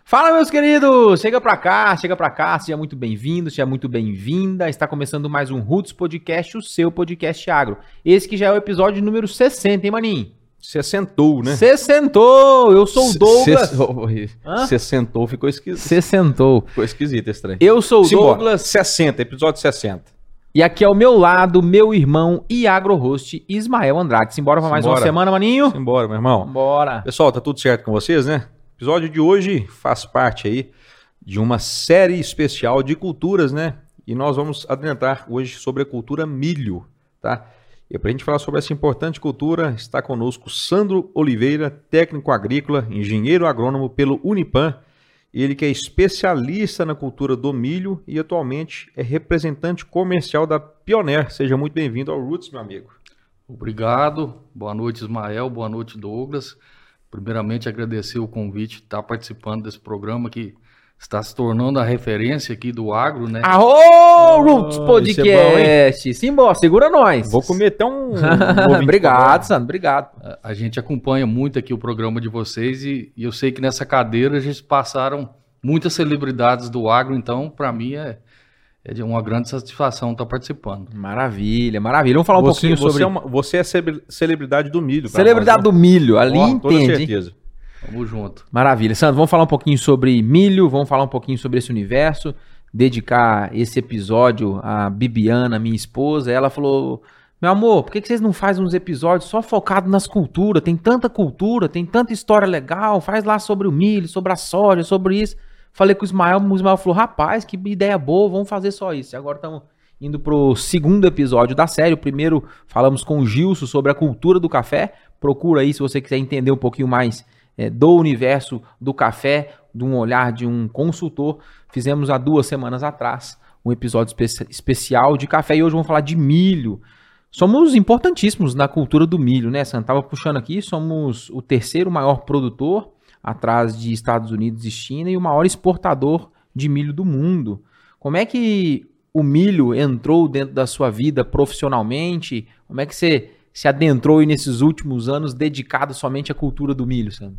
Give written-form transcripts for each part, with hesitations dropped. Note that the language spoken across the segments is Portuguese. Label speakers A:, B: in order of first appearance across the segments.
A: Fala, meus queridos! Chega pra cá, seja muito bem-vindo, seja muito bem-vinda. Está começando mais um Roots Podcast, o seu podcast agro. Esse que já é o episódio número 60, hein, maninho?
B: Sessentou, né?
A: Sessentou! Eu sou o Douglas.
B: Sessentou, ficou esquisito.
A: Sessentou.
B: Ficou esquisito esse trem.
A: Eu sou o Douglas.
B: 60, episódio 60.
A: E aqui ao meu lado, meu irmão e agro-host Ismael Andrade. Simbora pra mais uma semana, maninho?
B: Simbora, meu irmão.
A: Bora.
B: Pessoal, tá tudo certo com vocês, né? O episódio de hoje faz parte aí de uma série especial de culturas, né? E nós vamos adentrar hoje sobre a cultura milho, tá? E para a gente falar sobre essa importante cultura, está conosco Sandro Oliveira, técnico agrícola, engenheiro agrônomo pelo Unipam. Ele que é especialista na cultura do milho e atualmente é representante comercial da Pioneer. Seja muito bem-vindo ao Roots, meu amigo.
C: Obrigado. Boa noite, Ismael. Boa noite, Douglas. Primeiramente, agradecer o convite de estar participando desse programa que está se tornando a referência aqui do agro, né?
A: Arô, Roots Podcast! Simbora, segura nós!
B: Vou comer até um...
A: Obrigado, Sandro, obrigado.
C: A gente acompanha muito aqui o programa de vocês e eu sei que nessa cadeira a gente passaram muitas celebridades do agro, então, para mim, é de uma grande satisfação estar participando.
A: Maravilha, maravilha. Vamos falar um pouquinho sobre...
B: Você é celebridade do milho.
A: Celebridade do milho, ali entende.
B: Com certeza.
C: Tamo junto.
A: Maravilha. Sandro, vamos falar um pouquinho sobre milho, vamos falar um pouquinho sobre esse universo, dedicar esse episódio à Bibiana, minha esposa. Ela falou, meu amor, por que vocês não fazem uns episódios só focados nas culturas? Tem tanta cultura, tem tanta história legal, faz lá sobre o milho, sobre a soja, sobre isso. Falei com o Ismael falou, rapaz, que ideia boa, vamos fazer só isso. E agora estamos indo pro segundo episódio da série. O primeiro falamos com o Gilson sobre a cultura do café. Procura aí se você quiser entender um pouquinho mais do universo do café, de um olhar de um consultor. Fizemos há 2 semanas atrás um episódio especial de café e hoje vamos falar de milho. Somos importantíssimos na cultura do milho, né, Sandro? Tava puxando aqui, somos o 3º maior produtor, atrás de Estados Unidos e China, e o maior exportador de milho do mundo. Como é que o milho entrou dentro da sua vida profissionalmente? Como é que você se adentrou aí nesses últimos anos dedicado somente à cultura do milho, Sandro?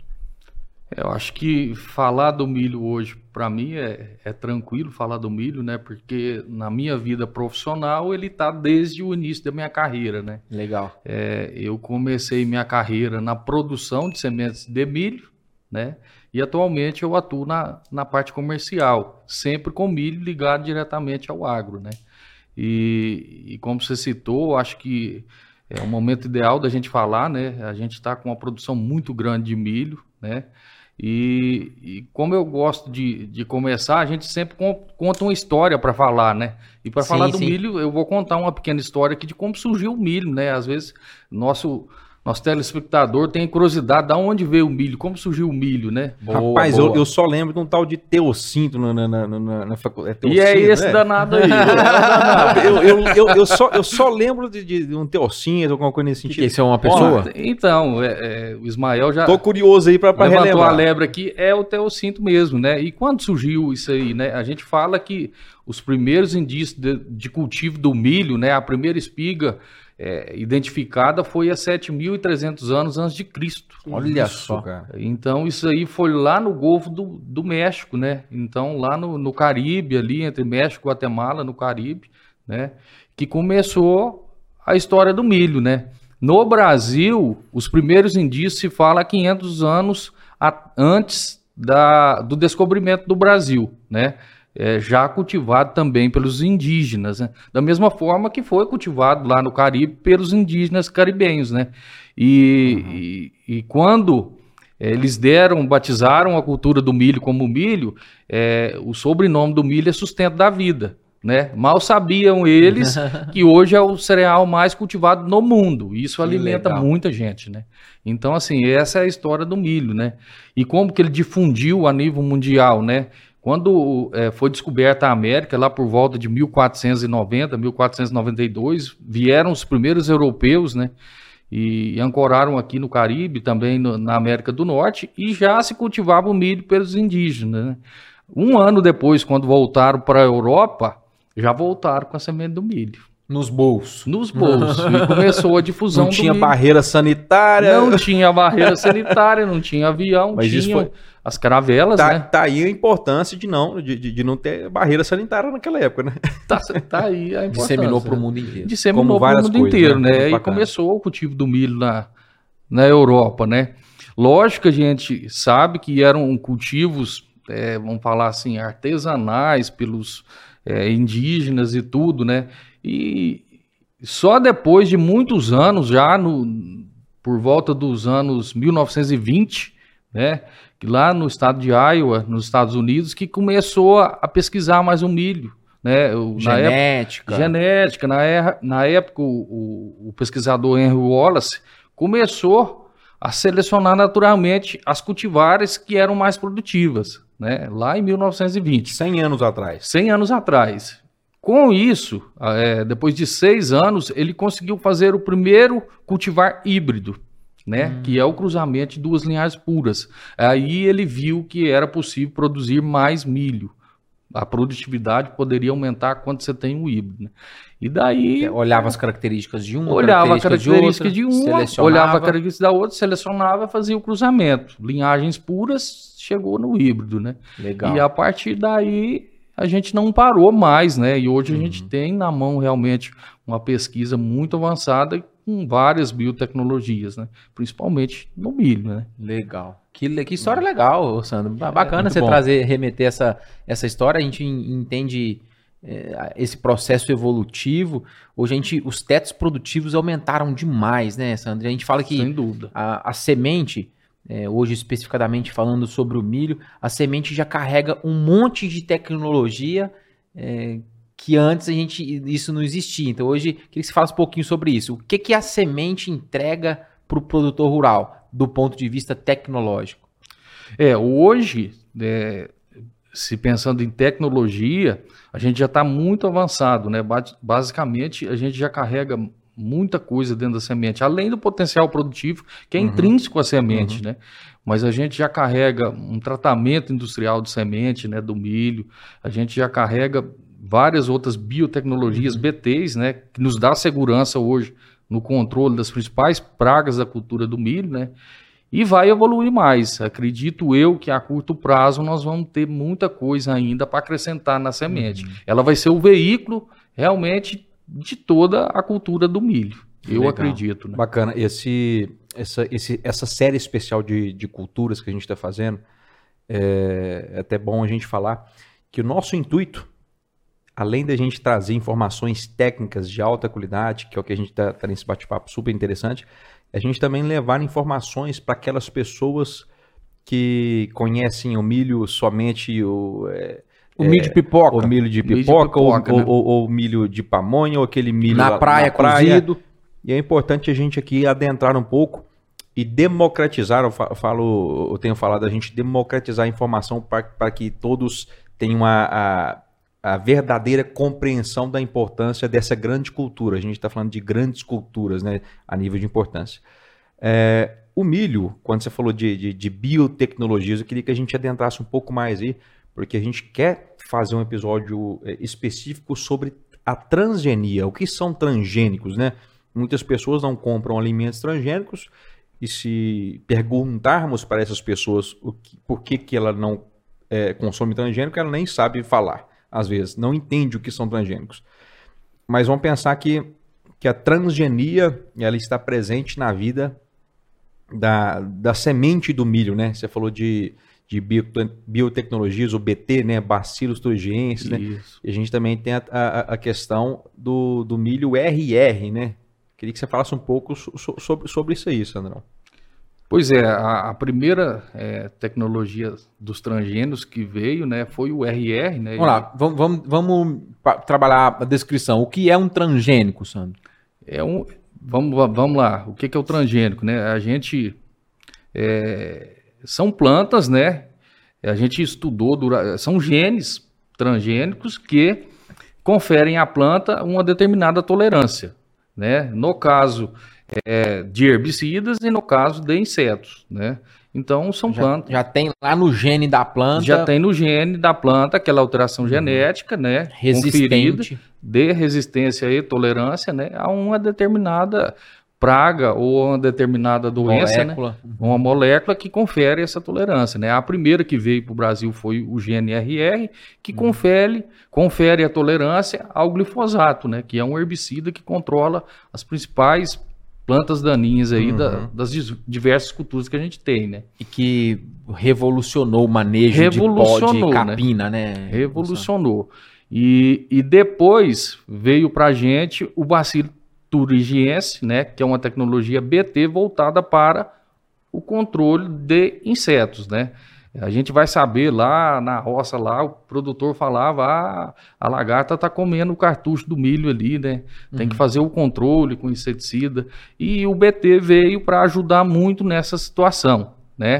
C: Eu acho que falar do milho hoje, para mim, é tranquilo falar do milho, né? Porque na minha vida profissional, ele está desde o início da minha carreira, né?
A: Legal.
C: Eu comecei minha carreira na produção de sementes de milho, né? E atualmente eu atuo na parte comercial, sempre com milho ligado diretamente ao agro, né? E como você citou, acho que é o momento ideal da gente falar, né? A gente está com uma produção muito grande de milho, né? E como eu gosto de começar, a gente sempre conta uma história para falar, né? E para falar do milho, eu vou contar uma pequena história aqui de como surgiu o milho, né? Às vezes, nosso telespectador tem curiosidade de onde veio o milho, como surgiu o milho, né?
B: Rapaz, boa. Eu só lembro de um tal de teocinto na faculdade.
C: E é esse danado aí.
B: Eu só lembro de um teocinto, alguma coisa nesse sentido.
A: Isso é uma pessoa?
C: Então, o Ismael já...
B: Tô curioso aí para
C: levantou a lebre aqui, é o teocinto mesmo, né? E quando surgiu isso aí, né? A gente fala que os primeiros indícios de cultivo do milho, né? A primeira espiga identificada foi há 7.300 anos antes de Cristo.
A: Olha só,
C: cara. Então isso aí foi lá no Golfo do México, né? Então lá no Caribe, ali entre México e Guatemala, no Caribe, né? Que começou a história do milho, né? No Brasil, os primeiros indícios se fala há 500 anos antes do descobrimento do Brasil, né? Já cultivado também pelos indígenas, né? Da mesma forma que foi cultivado lá no Caribe pelos indígenas caribenhos, né? E quando eles batizaram a cultura do milho como milho, o sobrenome do milho é sustento da vida, né? Mal sabiam eles que hoje é o cereal mais cultivado no mundo. Isso alimenta muita gente, né? Então, assim, essa é a história do milho, né? E como que ele difundiu a nível mundial, né? Quando foi descoberta a América, lá por volta de 1490, 1492, vieram os primeiros europeus, né? E ancoraram aqui no Caribe, também na América do Norte, e já se cultivava o milho pelos indígenas, né? Um ano depois, quando voltaram para a Europa, já voltaram com a semente do milho.
A: Nos bolsos.
C: Nos bolsos. E começou a difusão
B: Não
C: do
B: tinha
C: milho.
B: barreira sanitária.
C: Não tinha barreira sanitária, não tinha avião,
B: Mas isso
C: tinha
B: foi-
C: as caravelas, né?
B: Tá aí a importância de não ter barreira sanitária naquela época, né?
C: Tá aí a importância.
A: Disseminou para o mundo inteiro.
C: Disseminou
B: Como
C: para o
B: várias
C: mundo
B: coisas,
C: inteiro,
B: né?
C: né?
B: Muito
C: E
B: bacana.
C: começou o cultivo do milho na Europa, né? Lógico que a gente sabe que eram cultivos, vamos falar assim, artesanais pelos indígenas e tudo, né? E só depois de muitos anos, já por volta dos anos 1920, né? Que lá no estado de Iowa, nos Estados Unidos, que começou a pesquisar mais o milho, né? Genética. Na época, o pesquisador Henry Wallace começou a selecionar naturalmente as cultivares que eram mais produtivas, né? Lá em 1920.
B: 100 anos atrás.
C: 100 anos atrás. Com isso, depois de 6 anos, ele conseguiu fazer o primeiro cultivar híbrido, né? Que é o cruzamento de 2 linhagens puras. Aí ele viu que era possível produzir mais milho. A produtividade poderia aumentar quando você tem um híbrido, né? E daí...
A: Olhava as características de uma,
C: olhava a característica de uma,
A: selecionava.
C: olhava a característica da outra, selecionava, fazia o cruzamento. Linhagens puras, chegou no híbrido, né?
A: Legal.
C: E a partir daí a gente não parou mais, né? E hoje a gente tem na mão realmente uma pesquisa muito avançada com várias biotecnologias, né? Principalmente no milho, né?
A: Legal. Que história legal, Sandro. Bacana você
B: bom.
A: remeter essa história. A gente entende esse processo evolutivo. Hoje os tetos produtivos aumentaram demais, né, Sandro? A gente fala que
C: Sem dúvida.
A: a semente, hoje especificamente falando sobre o milho, a semente já carrega um monte de tecnologia que antes isso não existia. Então hoje, queria que você falasse um pouquinho sobre isso. O que a semente entrega para o produtor rural, do ponto de vista tecnológico?
C: Hoje, se pensando em tecnologia, a gente já está muito avançado, né? Basicamente, a gente já carrega muita coisa dentro da semente, além do potencial produtivo, que é intrínseco à semente, né? Mas a gente já carrega um tratamento industrial de semente, né, do milho, a gente já carrega várias outras biotecnologias, BTs, né, que nos dá segurança hoje no controle das principais pragas da cultura do milho, né? E vai evoluir mais. Acredito eu que a curto prazo nós vamos ter muita coisa ainda para acrescentar na semente. Ela vai ser o veículo realmente de toda a cultura do milho. Eu
A: Legal.
C: acredito, né?
B: Bacana. Essa série especial de culturas que a gente está fazendo, é até bom a gente falar que o nosso intuito, além da gente trazer informações técnicas de alta qualidade, que é o que a gente está nesse bate-papo super interessante, a gente também levar informações para aquelas pessoas que conhecem o milho somente
A: O milho de pipoca.
B: o milho de
C: Milho de
B: pipoca,
C: pipoca, né?
B: ou milho de pamonha, ou aquele milho
A: Na
B: lá
A: praia, cozido.
B: E é importante a gente aqui adentrar um pouco e democratizar, eu tenho falado, a gente democratizar a informação para que todos tenham a verdadeira compreensão da importância dessa grande cultura. A gente está falando de grandes culturas, né, a nível de importância. O milho, quando você falou de biotecnologias, eu queria que a gente adentrasse um pouco mais aí, porque a gente quer fazer um episódio específico sobre a transgenia. O que são transgênicos, né? Muitas pessoas não compram alimentos transgênicos, e se perguntarmos para essas pessoas por que ela não consome transgênico, ela nem sabe falar. Às vezes, não entende o que são transgênicos. Mas vamos pensar que a transgenia ela está presente na vida da semente do milho, né? Você falou de biotecnologias, o BT, né? Bacillus thuringiensis, né? E a gente também tem a questão do milho RR, né? Queria que você falasse um pouco sobre isso aí, Sandrão.
C: Pois é, a primeira tecnologia dos transgênicos que veio, né, foi o RR, né?
A: Vamos lá, vamos trabalhar a descrição. O que é um transgênico, Sandro?
C: Vamos lá, o que é o transgênico, né? A gente são plantas, né? A gente estudou, são genes transgênicos que conferem à planta uma determinada tolerância, né? No caso de herbicidas e no caso de insetos, né? Então são plantas.
A: Já tem lá no gene da planta.
C: Já tem no gene da planta aquela alteração genética, né?
A: Resistente.
C: Conferida, dê resistência e tolerância, né, a uma determinada praga ou uma determinada doença,
A: Molécula.
C: né, uma molécula que confere essa tolerância, né. A primeira que veio para o Brasil foi o GNRR, que confere a tolerância ao glifosato, né, que é um herbicida que controla as principais plantas daninhas aí das diversas culturas que a gente tem, né.
A: E que revolucionou o manejo de pó de capina, né?
C: Revolucionou. E depois veio para a gente o bacilo thuringiense, né, que é uma tecnologia BT voltada para o controle de insetos, né. A gente vai saber lá na roça, lá o produtor falava, a lagarta está comendo o cartucho do milho ali, né, tem que fazer o controle com inseticida, e o BT veio para ajudar muito nessa situação, né.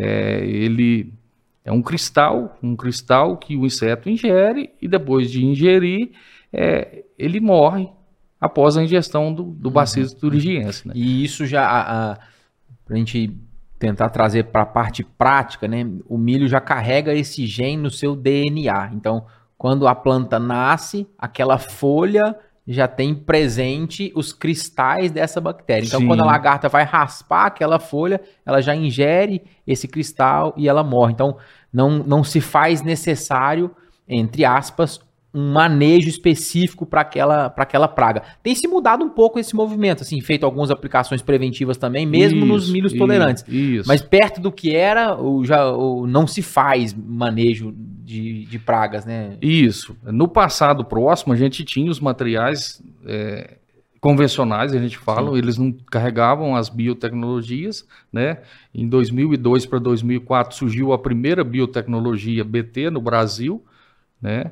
C: Ele é um cristal que o inseto ingere, e depois de ingerir, ele morre após a ingestão do bacilo thuringiense, né?
A: E isso já, para a gente tentar trazer para a parte prática, né? O milho já carrega esse gene no seu DNA. Então, quando a planta nasce, aquela folha já tem presente os cristais dessa bactéria. Então, quando a lagarta vai raspar aquela folha, ela já ingere esse cristal e ela morre. Então, não se faz necessário, entre aspas, um manejo específico para aquela praga. Tem se mudado um pouco esse movimento, assim, feito algumas aplicações preventivas também, mesmo nos milhos tolerantes. Mas perto do que era, não se faz manejo de pragas, né?
C: Isso. No passado próximo, a gente tinha os materiais convencionais, a gente fala, eles não carregavam as biotecnologias, né? Em 2002 para 2004 surgiu a primeira biotecnologia BT no Brasil, né?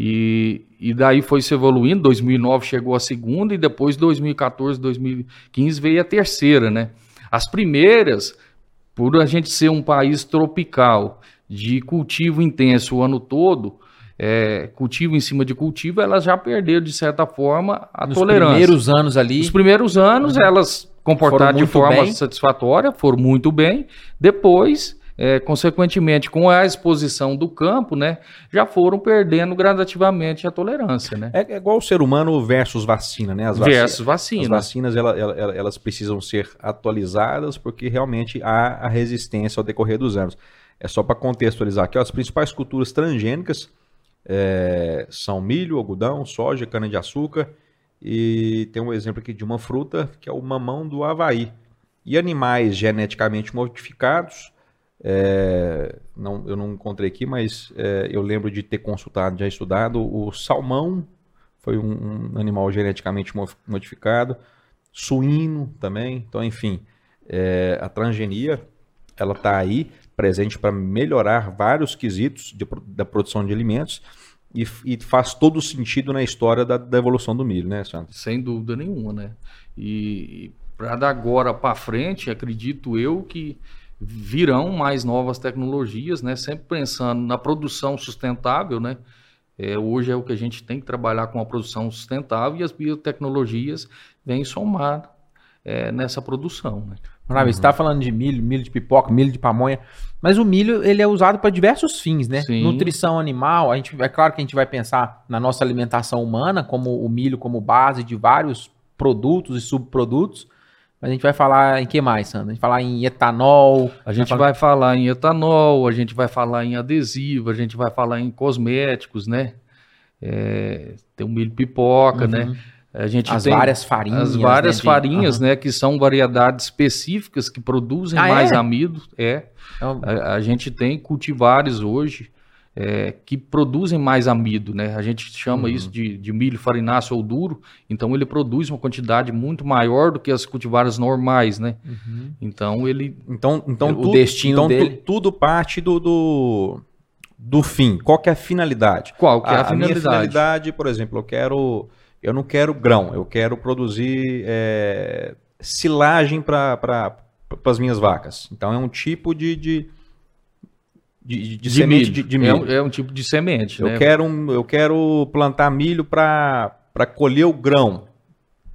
C: E daí foi se evoluindo, 2009 chegou a segunda e depois 2014, 2015 veio a terceira, né? As primeiras, por a gente ser um país tropical, de cultivo intenso o ano todo, cultivo em cima de cultivo, elas já perderam de certa forma a tolerância.
A: Nos primeiros anos ali...
C: Nos primeiros anos elas comportaram de forma satisfatória, foram muito bem, depois... consequentemente, com a exposição do campo, né, já foram perdendo gradativamente a tolerância, né?
B: É igual o ser humano versus vacina, né? As vacinas, elas precisam ser atualizadas porque realmente há a resistência ao decorrer dos anos. É só para contextualizar aqui, ó, as principais culturas transgênicas são milho, algodão, soja, cana-de-açúcar, e tem um exemplo aqui de uma fruta que é o mamão do Havaí. E animais geneticamente modificados, eu não encontrei aqui, mas eu lembro de ter consultado, já estudado, o salmão foi um animal geneticamente modificado, suíno também. Então, enfim, a transgenia, ela está aí presente para melhorar vários quesitos da produção de alimentos e faz todo sentido na história da evolução do milho, né, Sandro?
C: Sem dúvida nenhuma, né? E para dar agora para frente, acredito eu que virão mais novas tecnologias, né? Sempre pensando na produção sustentável, né? Hoje é o que a gente tem que trabalhar com a produção sustentável, e as biotecnologias vêm somar nessa produção, né?
A: Você está falando de milho de pipoca, milho de pamonha, mas o milho ele é usado para diversos fins, né?
C: Sim.
A: Nutrição animal, é claro que a gente vai pensar na nossa alimentação humana, como o milho como base de vários produtos e subprodutos. Mas a gente vai falar em que mais, Sandra? A gente vai falar em etanol.
C: A gente vai falar em etanol, a gente vai falar em adesivo, a gente vai falar em cosméticos, né? Tem o milho pipoca, né? A gente tem
A: várias farinhas.
C: As várias farinhas, né? Que são variedades específicas que produzem mais amido. A gente tem cultivares hoje que produzem mais amido, né? A gente chama isso de milho farináceo ou duro, então ele produz uma quantidade muito maior do que as cultivares normais, né? Então ele...
B: Então
A: o destino dele...
B: Tudo parte do fim. Qual que é a finalidade?
C: Qual que é a finalidade?
B: A minha finalidade, por exemplo, eu não quero grão, eu quero produzir silagem para as minhas vacas. Então é um tipo de semente de milho.
C: É um tipo de semente, né?
B: Eu quero plantar milho para colher o grão.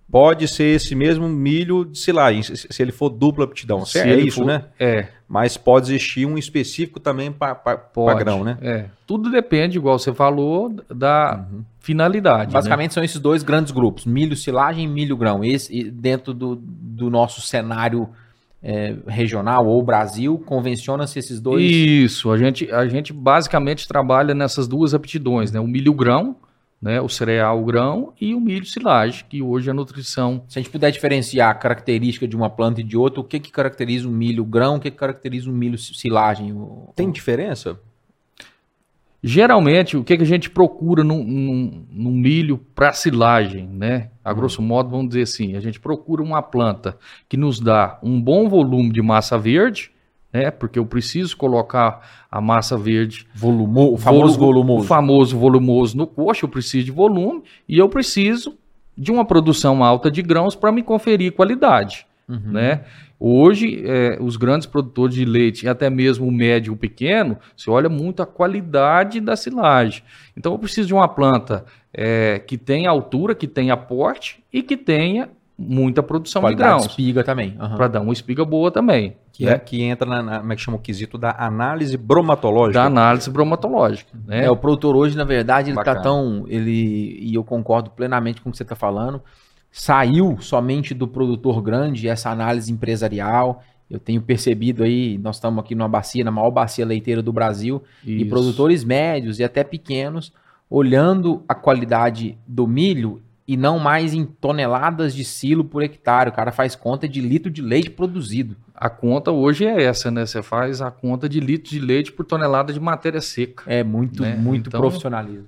B: pode ser esse mesmo milho de silagem, se ele for dupla aptidão.
C: Se
B: É
C: ele
B: isso,
C: for-
B: né?
C: É,
B: Mas pode existir um específico também para
C: pode.
B: grão, né?
C: É. Tudo depende, igual você falou, da finalidade.
A: Basicamente são esses dois grandes grupos, milho silagem e milho grão. Esse, dentro do nosso cenário regional ou Brasil, convenciona-se esses dois.
C: Isso, a gente basicamente trabalha nessas duas aptidões, né? O milho grão, né? O cereal grão e o milho silagem, que hoje a nutrição.
A: Se a gente puder diferenciar a característica de uma planta e de outra, o que caracteriza um milho grão, o que caracteriza um milho silagem?
B: Tem diferença?
C: Geralmente, o que a gente procura num milho para silagem, né? A grosso modo, vamos dizer assim, a gente procura uma planta que nos dá um bom volume de massa verde, né? Porque eu preciso colocar a massa verde,
A: O famoso volumoso.
C: o famoso volumoso no coxo, eu preciso de volume e eu preciso de uma produção alta de grãos para me conferir qualidade, né? Hoje, os grandes produtores de leite, e até mesmo o médio e o pequeno, você olha muito a qualidade da silagem. Então, eu preciso de uma planta que tenha altura, que tenha porte e que tenha muita produção de
A: Qualidade de
C: grãos.
A: espiga também.
C: Para dar uma espiga boa também.
B: Que entra como é que chama o quesito da análise bromatológica.
C: Da análise bromatológica. Né?
A: O produtor hoje, na verdade, ele
B: Bacana.
A: tá tão. E eu concordo plenamente com o que você está falando. Saiu somente do produtor grande essa análise empresarial. Eu tenho percebido aí, nós estamos aqui numa bacia, na maior bacia leiteira do Brasil, e
C: Isso.
A: produtores médios e até pequenos, olhando a qualidade do milho e não mais em toneladas de silo por hectare. O cara faz conta de litro de leite produzido.
C: A conta hoje é essa, né? Você faz a conta de litros de leite por tonelada de matéria seca.
A: É muito,
C: Né?
A: muito
C: Então-
A: profissionalismo.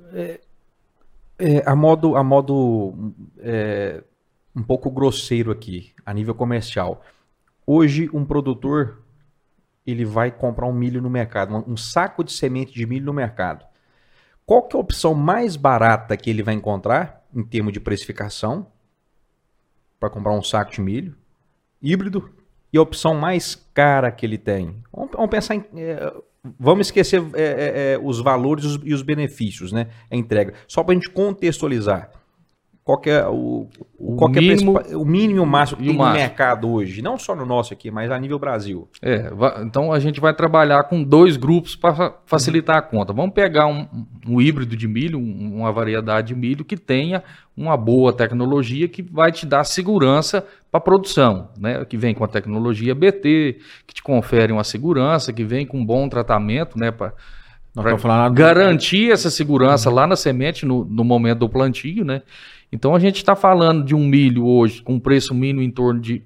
B: A modo um pouco grosseiro aqui, a nível comercial. Hoje, um produtor, ele vai comprar um milho no mercado, um saco de semente de milho no mercado. Qual que é a opção mais barata que ele vai encontrar, em termos de precificação, para comprar um saco de milho híbrido, e a opção mais cara que ele tem? Vamos pensar em... Vamos esquecer os valores e os benefícios, né? A entrega. Só para a gente contextualizar. Qual que é o
C: mínimo
B: o mínimo e o máximo que
C: e o
B: tem no
C: máximo.
B: mercado hoje? Não só no nosso aqui, mas a nível Brasil.
C: Então a gente vai trabalhar com dois grupos para facilitar a conta. Vamos pegar um híbrido de milho, uma variedade de milho que tenha uma boa tecnologia que vai te dar segurança para a produção, né? Que vem com a tecnologia BT, que te confere uma segurança, que vem com um bom tratamento, né? Para
A: Nós estamos falando
C: garantir essa segurança lá na semente no momento do plantio, né? Então a gente está falando de um milho hoje com preço mínimo em torno de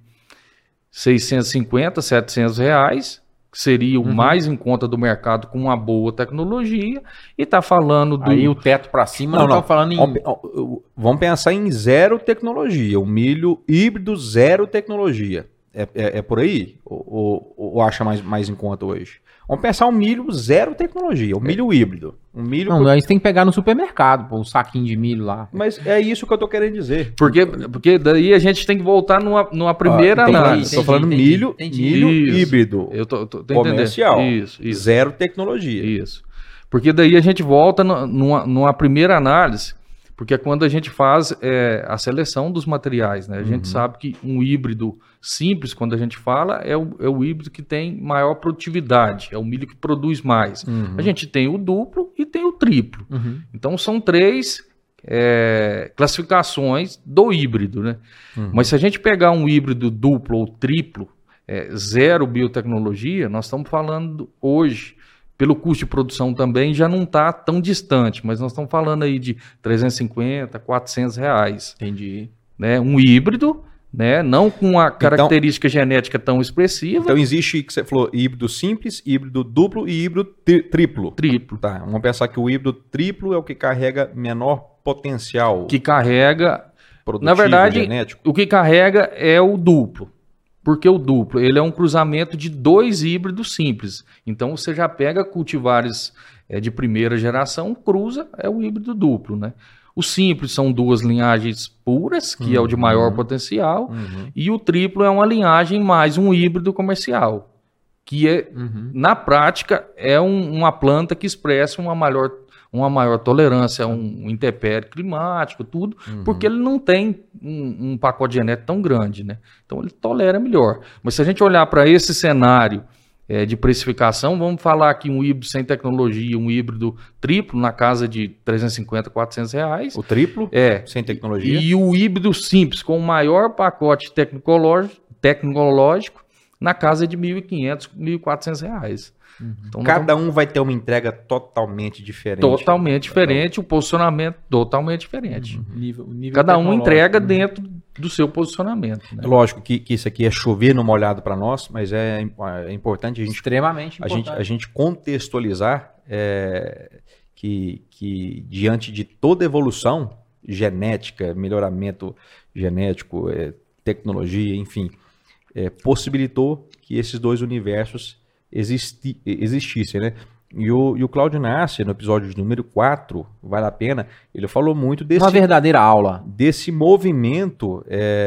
C: 650, 700 reais, que seria o mais em conta do mercado com uma boa tecnologia, e está falando do...
A: Aí o teto para cima, não estamos falando em...
B: Vamos pensar em zero tecnologia. O milho híbrido, zero tecnologia. É por aí? Ou acha mais em conta hoje? Vamos pensar um milho zero tecnologia, o milho híbrido. Um milho
A: Não, aí você tem que pegar no supermercado, pô, o saquinho de milho lá.
B: Mas é isso que eu tô querendo dizer.
C: Porque daí a gente tem que voltar numa primeira
A: entendi,
C: análise.
B: Estou falando milho
A: entendi.
C: Isso.
B: híbrido,
C: Eu tô
B: comercial,
C: entendendo. Isso.
B: zero tecnologia.
C: Isso. Porque daí a gente volta numa primeira análise, porque é quando a gente faz a seleção dos materiais, né? A gente sabe que um híbrido simples, quando a gente fala, é o híbrido que tem maior produtividade, é o milho que produz mais. A gente tem o duplo e tem o triplo. Então são três classificações do híbrido, né? Mas se a gente pegar um híbrido duplo ou triplo, zero biotecnologia, nós estamos falando hoje, pelo custo de produção também, já não está tão distante, mas nós estamos falando aí de 350, 400 reais.
A: Entendi.
C: Né? Um híbrido, né? Não com a característica genética tão expressiva.
B: Então existe, que você falou, híbrido simples, híbrido duplo e híbrido triplo.
C: Triplo.
B: Tá, vamos pensar que o híbrido triplo é o que carrega menor potencial
C: Que carrega...
B: produtivo,
C: Na verdade,
B: genético.
C: o que carrega é o duplo. Porque o duplo, ele é um cruzamento de dois híbridos simples. Então, você já pega cultivares de primeira geração, cruza, é o híbrido duplo, né? O simples são duas linhagens puras, que é o de maior potencial, e o triplo é uma linhagem mais um híbrido comercial, que na prática, é uma planta que expressa uma maior tolerância a um intempérie climático, tudo, porque ele não tem um pacote genético tão grande, né? Então ele tolera melhor. Mas se a gente olhar para esse cenário de precificação, vamos falar aqui um híbrido sem tecnologia, um híbrido triplo na casa de 350, 400 reais.
B: O triplo, sem tecnologia.
C: E o híbrido simples, com o maior pacote tecnológico na casa de 1.500, 1.400 reais.
B: Então, cada um vai ter uma entrega totalmente diferente.
C: Totalmente diferente, o posicionamento totalmente diferente. Cada um entrega dentro do seu posicionamento. Né?
B: Lógico que isso aqui é chover no molhado para nós, mas é importante a gente,
A: extremamente importante.
B: A gente contextualizar que diante de toda evolução genética, melhoramento genético, tecnologia, enfim, possibilitou que esses dois universos existissem, né? E o Cláudio Nassi, no episódio número 4, vale a pena, ele falou muito desse...
A: Uma verdadeira aula.
B: Desse movimento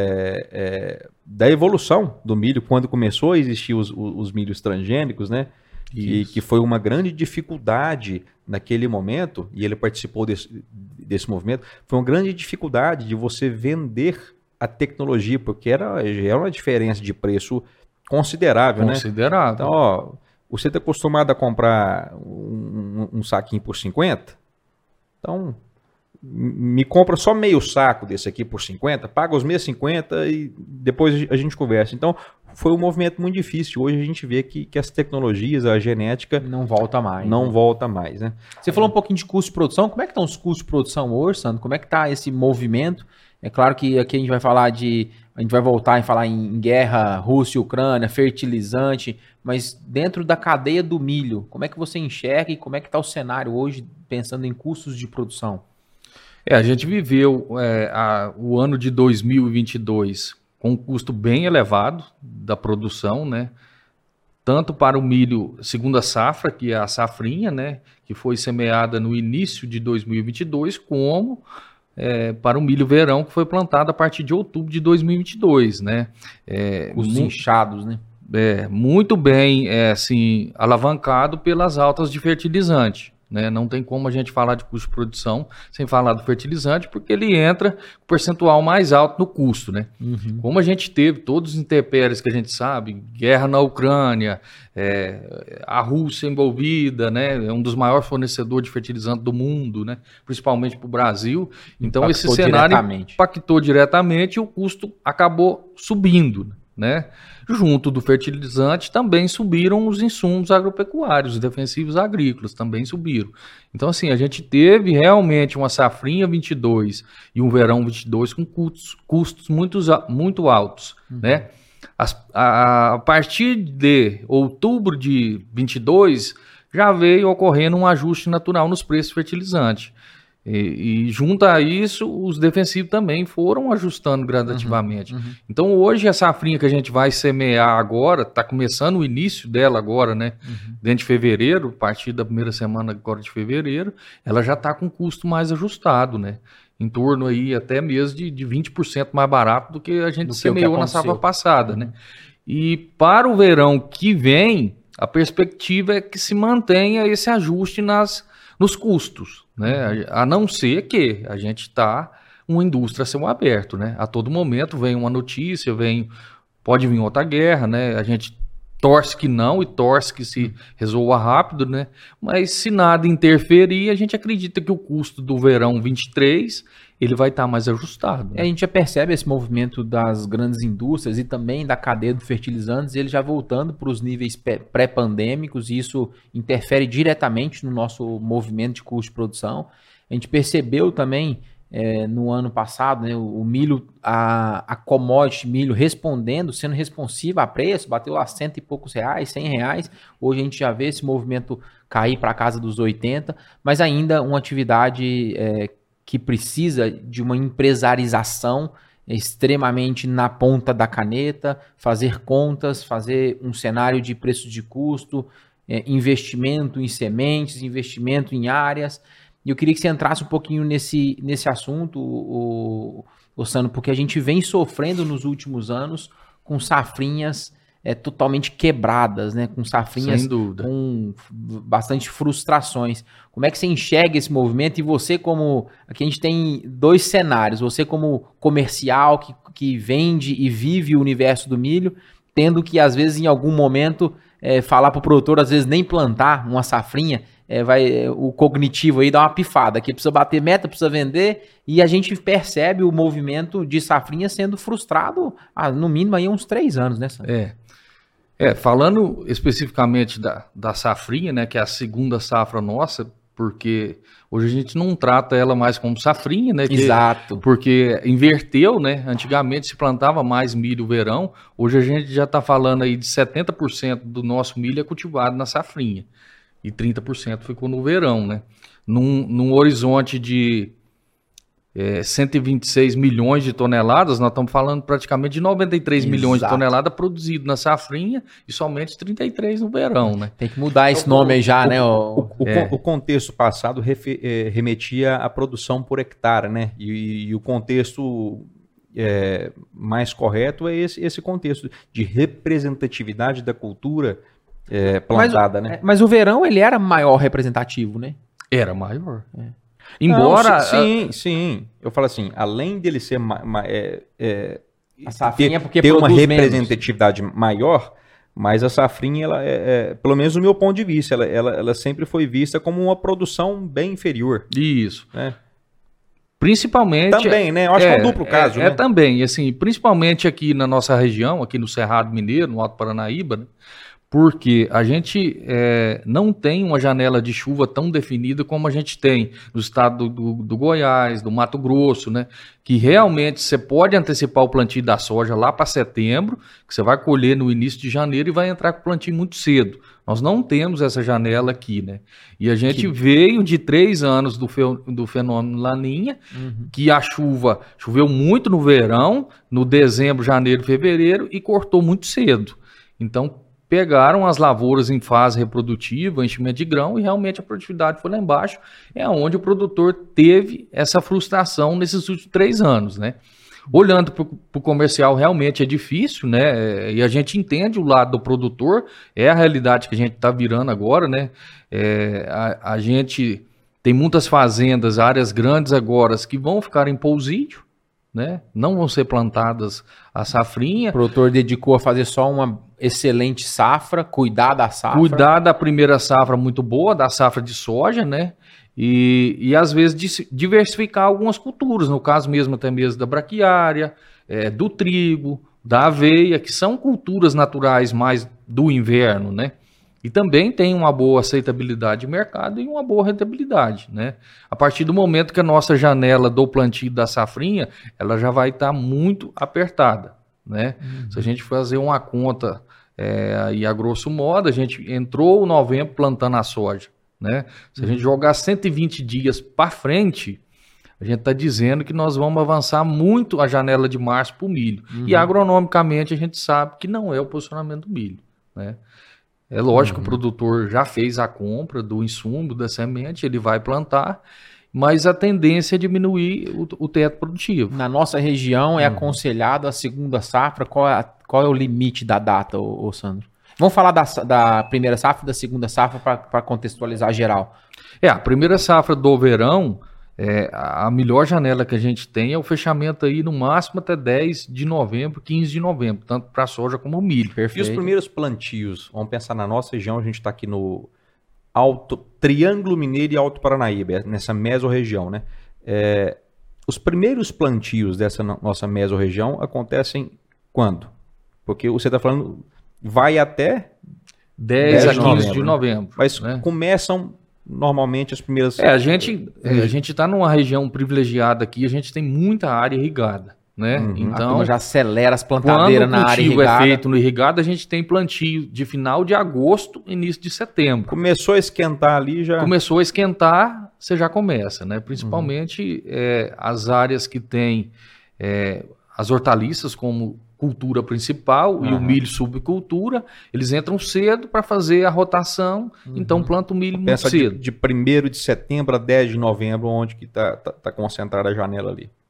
B: da evolução do milho, quando começou a existir os milhos transgênicos, né? Que foi uma grande dificuldade naquele momento, e ele participou desse movimento, foi uma grande dificuldade de você vender a tecnologia, porque era uma diferença de preço considerável, né? Então, você está acostumado a comprar um saquinho por 50, então me compra só meio saco desse aqui por 50, paga os meus 50 e depois a gente conversa. Então, foi um movimento muito difícil. Hoje a gente vê que as tecnologias, a genética...
A: Não volta mais.
B: Não volta mais, né?
A: Você falou um pouquinho de custo de produção. Como é que estão os custos de produção hoje, Sandro? Como é que está esse movimento? É claro que aqui a gente vai falar a gente vai voltar e falar em guerra, Rússia e Ucrânia, fertilizante, mas dentro da cadeia do milho, como é que você enxerga e como é que está o cenário hoje, pensando em custos de produção?
C: A gente viveu o ano de 2022 com um custo bem elevado da produção, né? Tanto para o milho segunda safra, que é a safrinha, né? Que foi semeada no início de 2022, como... para o milho verão, que foi plantado a partir de outubro de 2022, né?
A: Os inchados, né?
C: Muito bem, assim, alavancado pelas altas de fertilizante, né? Não tem como a gente falar de custo de produção sem falar do fertilizante, porque ele entra com percentual mais alto no custo, né? Como a gente teve todos os intempéries que a gente sabe, guerra na Ucrânia, a Rússia envolvida, né? É um dos maiores fornecedores de fertilizante do mundo, né? Principalmente para o Brasil. Então esse cenário impactou diretamente e o custo acabou subindo, né? Junto do fertilizante também subiram os insumos agropecuários, os defensivos agrícolas também subiram. Então assim, a gente teve realmente uma safrinha 22 e um verão 22 com custos muito altos, né? A partir de outubro de 22 já veio ocorrendo um ajuste natural nos preços de fertilizante. E junto a isso, os defensivos também foram ajustando gradativamente. Então hoje a safrinha que a gente vai semear agora, está começando o início dela agora, né? Dentro de fevereiro, a partir da primeira semana agora de fevereiro, ela já está com custo mais ajustado, né? Em torno aí até mesmo de 20% mais barato do que a gente semeou na safra passada, né? E para o verão que vem, a perspectiva é que se mantenha esse ajuste nos custos, né? A não ser que a gente está uma indústria a céu aberto, né? A todo momento vem uma notícia, pode vir outra guerra, né? A gente torce que não e torce que se resolva rápido, né? Mas se nada interferir, a gente acredita que o custo do verão 23 ele vai estar mais ajustado.
A: Né? A gente já percebe esse movimento das grandes indústrias e também da cadeia de fertilizantes, ele já voltando para os níveis pré-pandêmicos, e isso interfere diretamente no nosso movimento de custo de produção. A gente percebeu também no ano passado, né, o milho, a commodity milho sendo responsiva a preço, bateu a R$100 e poucos, R$100. Hoje a gente já vê esse movimento cair para a casa dos 80, mas ainda uma atividade que precisa de uma empresarização extremamente na ponta da caneta, fazer contas, fazer um cenário de preço de custo, investimento em sementes, investimento em áreas. E eu queria que você entrasse um pouquinho nesse assunto, Sandro, porque a gente vem sofrendo nos últimos anos com safrinhas totalmente quebradas, né? Com safrinhas
C: Sem dúvida.
A: com bastante frustrações. Como é que você enxerga esse movimento? E você como... Aqui a gente tem 2 cenários. Você como comercial que vende e vive o universo do milho, tendo que, às vezes, em algum momento, falar para o produtor, às vezes, nem plantar uma safrinha, o cognitivo aí dá uma pifada, que precisa bater meta, precisa vender, e a gente percebe o movimento de safrinha sendo frustrado no mínimo aí uns 3 anos, né, Sandro?
C: Falando especificamente da safrinha, né, que é a segunda safra nossa, porque hoje a gente não trata ela mais como safrinha, né?
A: Exato.
C: Porque inverteu, né? Antigamente se plantava mais milho verão, hoje a gente já está falando aí de 70% do nosso milho é cultivado na safrinha e 30% ficou no verão, né? Num horizonte de 126 milhões de toneladas, nós estamos falando praticamente de 93 milhões de toneladas produzido na safrinha e somente 33 no verão, né?
A: Tem que mudar esse nome aí já, né?
B: O contexto passado remetia à produção por hectare, né? E o contexto mais correto é esse contexto de representatividade da cultura plantada, né?
A: Mas o verão, ele era maior representativo, né?
C: Era maior. Embora...
B: Não, sim. Eu falo assim, além dele ser
A: a safrinha
B: ter uma representatividade maior, mas a safrinha, ela pelo menos do meu ponto de vista, ela sempre foi vista como uma produção bem inferior.
C: Isso.
B: Né?
C: Principalmente...
B: Também, né? Eu acho que é um duplo caso, né?
C: Também, assim, principalmente aqui na nossa região, aqui no Cerrado Mineiro, no Alto Paranaíba, né? Porque a gente não tem uma janela de chuva tão definida como a gente tem no estado do Goiás, do Mato Grosso, né? Que realmente você pode antecipar o plantio da soja lá para setembro, que você vai colher no início de janeiro e vai entrar com o plantio muito cedo. Nós não temos essa janela aqui, né? E a gente veio de 3 anos do fenômeno Laninha, que a chuva choveu muito no verão, no dezembro, janeiro, fevereiro, e cortou muito cedo. Então, pegaram as lavouras em fase reprodutiva, enchimento de grão, e realmente a produtividade foi lá embaixo. É onde o produtor teve essa frustração nesses últimos 3 anos, né? Olhando para o comercial, realmente é difícil, né? E a gente entende o lado do produtor, é a realidade que a gente está virando agora, né? A gente tem muitas fazendas, áreas grandes agora, que vão ficar em pousídio, né? Não vão ser plantadas a safrinha.
A: O produtor dedicou a fazer só uma excelente safra, cuidar da safra.
C: Cuidar da primeira safra muito boa, da safra de soja, né? E às vezes diversificar algumas culturas, no caso mesmo até mesmo da braquiária, do trigo, da aveia, que são culturas naturais mais do inverno, né? E também tem uma boa aceitabilidade de mercado e uma boa rentabilidade, né? A partir do momento que a nossa janela do plantio da safrinha, ela já vai estar muito apertada, né? Se a gente fazer uma conta aí a grosso modo, a gente entrou em novembro plantando a soja, né? Se a gente jogar 120 dias para frente, a gente está dizendo que nós vamos avançar muito a janela de março para o milho. E agronomicamente a gente sabe que não é o posicionamento do milho, né? É lógico que o produtor já fez a compra do insumo, da semente, ele vai plantar, mas a tendência é diminuir o teto produtivo.
A: Na nossa região é aconselhado a segunda safra. Qual é o limite da data, ô Sandro? Vamos falar da primeira safra e da segunda safra para contextualizar geral.
C: A primeira safra do verão, a melhor janela que a gente tem é o fechamento aí no máximo até 10 de novembro, 15 de novembro, tanto para soja como milho.
A: Perfeito.
B: E os primeiros plantios, vamos pensar na nossa região, a gente está aqui no Triângulo Mineiro e Alto Paranaíba, nessa mesorregião, né? Os primeiros plantios dessa nossa mesorregião acontecem quando? Porque você está falando, vai até
C: 10 a 15 de novembro.
B: Mas
C: né?
B: começam normalmente as primeiras...
C: A gente está numa região privilegiada aqui, a gente tem muita área irrigada, né? Então
A: já acelera as plantadeiras na área irrigada.
C: Quando o cultivo é feito no irrigado, a gente tem plantio de final de agosto, início de setembro.
B: Começou a esquentar ali já...
C: Começou a esquentar, você já começa, né? Principalmente as áreas que tem as hortaliças como cultura principal e o milho subcultura, eles entram cedo para fazer a rotação, então planta o milho muito cedo.
B: De 1º de setembro a 10 de novembro, onde que tá concentrada a janela ali.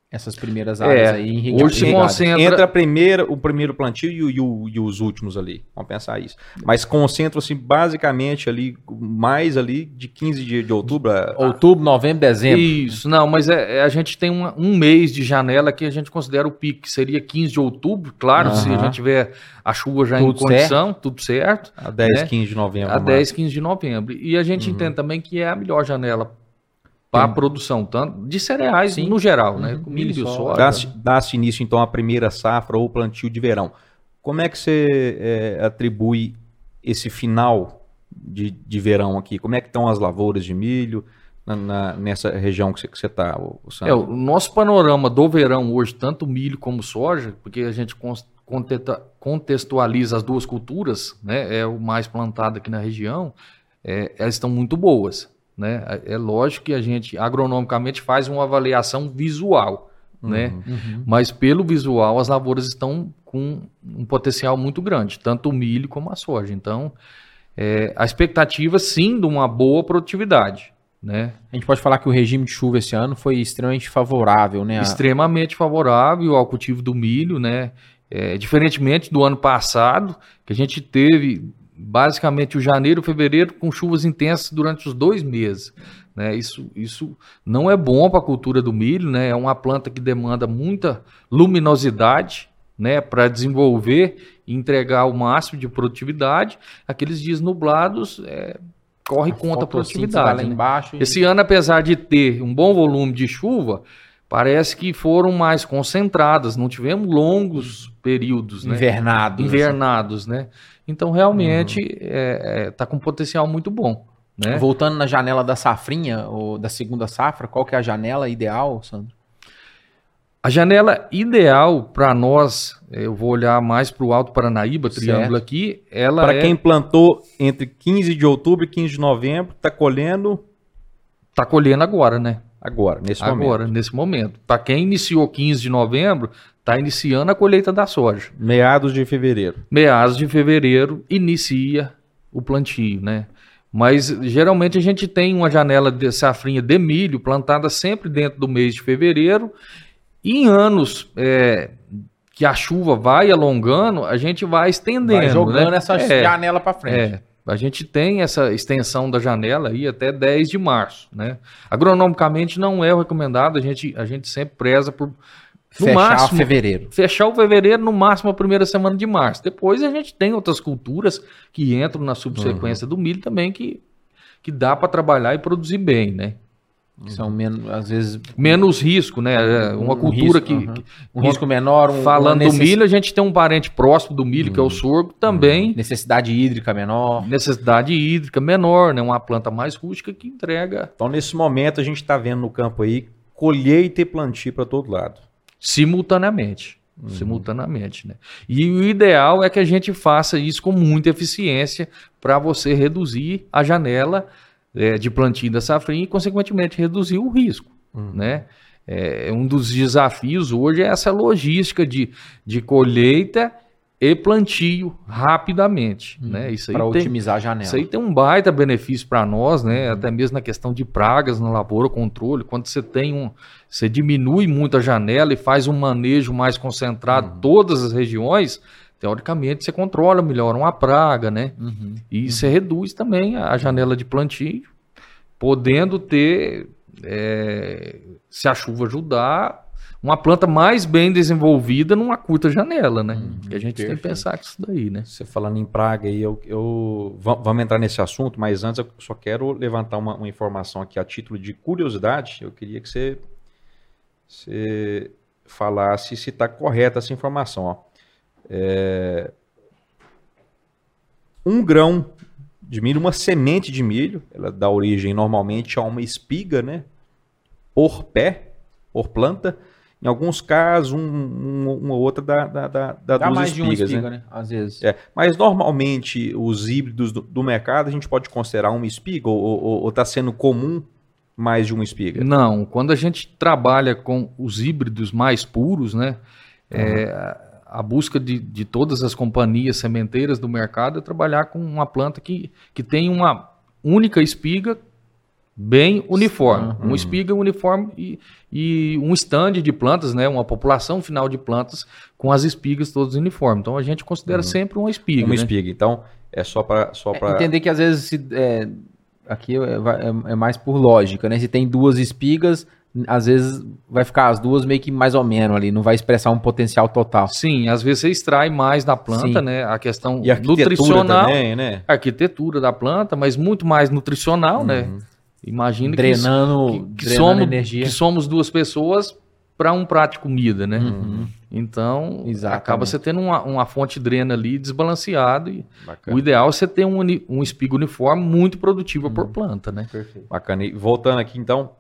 A: essas primeiras áreas aí
C: hoje se concentra...
B: Entra o primeiro plantio e os últimos ali. Vamos pensar isso. Mas concentram-se basicamente ali, mais ali de 15 de outubro.
A: Outubro, novembro, dezembro.
C: Isso, não, mas a gente tem um mês de janela que a gente considera o pico, que seria 15 de outubro, claro, se a gente tiver a chuva já
A: Tudo
C: em condição, tudo certo.
B: A 10,
C: né?
B: 15 de novembro.
C: A 10, 15 de novembro. E a gente entende também que é a melhor janela para a produção, tanto de cereais no geral, né? Com milho e soja.
B: Dá-se início, então, à primeira safra ou plantio de verão. Como é que você atribui esse final de verão aqui? Como é que estão as lavouras de milho nessa região que você está, Sandro?
C: O nosso panorama do verão hoje, tanto milho como soja, porque a gente contextualiza as duas culturas, né? É o mais plantado aqui na região, elas estão muito boas. Né? É lógico que a gente agronomicamente faz uma avaliação visual, né? Mas pelo visual as lavouras estão com um potencial muito grande, tanto o milho como a soja. Então, a expectativa sim de uma boa produtividade. Né?
A: A gente pode falar que o regime de chuva esse ano foi extremamente favorável, né?
C: Extremamente favorável ao cultivo do milho, né? Diferentemente do ano passado, que a gente teve basicamente o janeiro e fevereiro com chuvas intensas durante os 2 meses. Né? Isso não é bom para a cultura do milho, né? É uma planta que demanda muita luminosidade, né? Para desenvolver e entregar o máximo de produtividade. Aqueles dias nublados corre contra a produtividade.
A: Lá
C: né?
A: embaixo
C: Esse ano, apesar de ter um bom volume de chuva, parece que foram mais concentradas, não tivemos longos períodos, né? Invernados, né? Então, realmente, está com um potencial muito bom. Né?
A: Voltando na janela da safrinha, ou da segunda safra, qual que é a janela ideal, Sandro?
C: A janela ideal para nós, eu vou olhar mais para o Alto Paranaíba, triângulo aqui, ela
B: para quem plantou entre 15 de outubro e 15 de novembro, está colhendo?
C: Está colhendo agora, né?
B: Agora,
C: nesse momento. Para quem iniciou 15 de novembro, está iniciando a colheita da soja.
B: Meados de fevereiro.
C: Meados de fevereiro inicia o plantio, né? Mas geralmente a gente tem uma janela de safrinha de milho plantada sempre dentro do mês de fevereiro. E em anos que a chuva vai alongando, a gente vai estendendo. Vai
A: jogando
C: né?
A: essa janela para frente.
C: A gente tem essa extensão da janela aí até 10 de março, né? Agronomicamente não é recomendado, a gente sempre preza por
A: fechar fevereiro.
C: Fechar o fevereiro, no máximo a primeira semana de março. Depois a gente tem outras culturas que entram na subsequência do milho também que dá para trabalhar e produzir bem, né?
A: São menos, às vezes...
C: menos risco, né? Uma cultura
A: risco, um risco menor.
C: Falando do milho, a gente tem um parente próximo do milho, que é o sorgo, também.
A: Necessidade hídrica menor.
C: Necessidade hídrica menor, né? Uma planta mais rústica que entrega...
B: Então, nesse momento, a gente está vendo no campo aí colheita e plantio para todo lado.
C: Simultaneamente. Né? E o ideal é que a gente faça isso com muita eficiência para você reduzir a janela de plantio da safrinha e, consequentemente, reduzir o risco. Né? Um dos desafios hoje é essa logística de colheita e plantio rapidamente. Né?
A: Para otimizar a janela.
C: Isso aí tem um baita benefício para nós, né? Até mesmo na questão de pragas na lavoura, controle. Quando você você diminui muito a janela e faz um manejo mais concentrado em todas as regiões, teoricamente você controla melhor uma praga, né? E você reduz também a janela de plantio, podendo ter, se a chuva ajudar, uma planta mais bem desenvolvida numa curta janela, né? E a gente tem que pensar com isso daí, né?
B: Você falando em praga aí, vamos entrar nesse assunto, mas antes eu só quero levantar uma informação aqui a título de curiosidade. Eu queria que você falasse se está correta essa informação, ó. 1 grão de milho, uma semente de milho, ela dá origem normalmente a uma espiga, né? Por pé, por planta. Em alguns casos, uma outra dá 2
A: mais de uma
B: espigas,
A: espiga, né? Às vezes.
B: Mas normalmente os híbridos do mercado a gente pode considerar uma espiga ou está sendo comum mais de uma espiga?
C: Não, quando a gente trabalha com os híbridos mais puros, né? A busca de todas as companhias sementeiras do mercado é trabalhar com uma planta que tem uma única espiga bem uniforme. Uma espiga uniforme e um stand de plantas, né? Uma população final de plantas com as espigas todas uniformes. Então a gente considera sempre uma espiga.
B: Uma
C: né?
B: espiga. Então é só para
A: Entender que às vezes aqui é mais por lógica, né? Se tem duas espigas, às vezes vai ficar as duas meio que mais ou menos ali, não vai expressar um potencial total.
C: Sim, às vezes você extrai mais da planta,
A: Sim.
C: né? A questão
B: e a arquitetura
C: nutricional,
B: também, né?
C: a arquitetura da planta, mas muito mais nutricional, né? Imagina
A: Drenando energia.
C: que somos duas pessoas para um prato de comida, né? Então,
A: Exatamente.
C: acaba você tendo uma fonte de drena ali desbalanceado e
B: Bacana.
C: o ideal é você ter um espiga uniforme muito produtiva por planta, né?
A: Perfeito.
B: Bacana. E voltando aqui, então,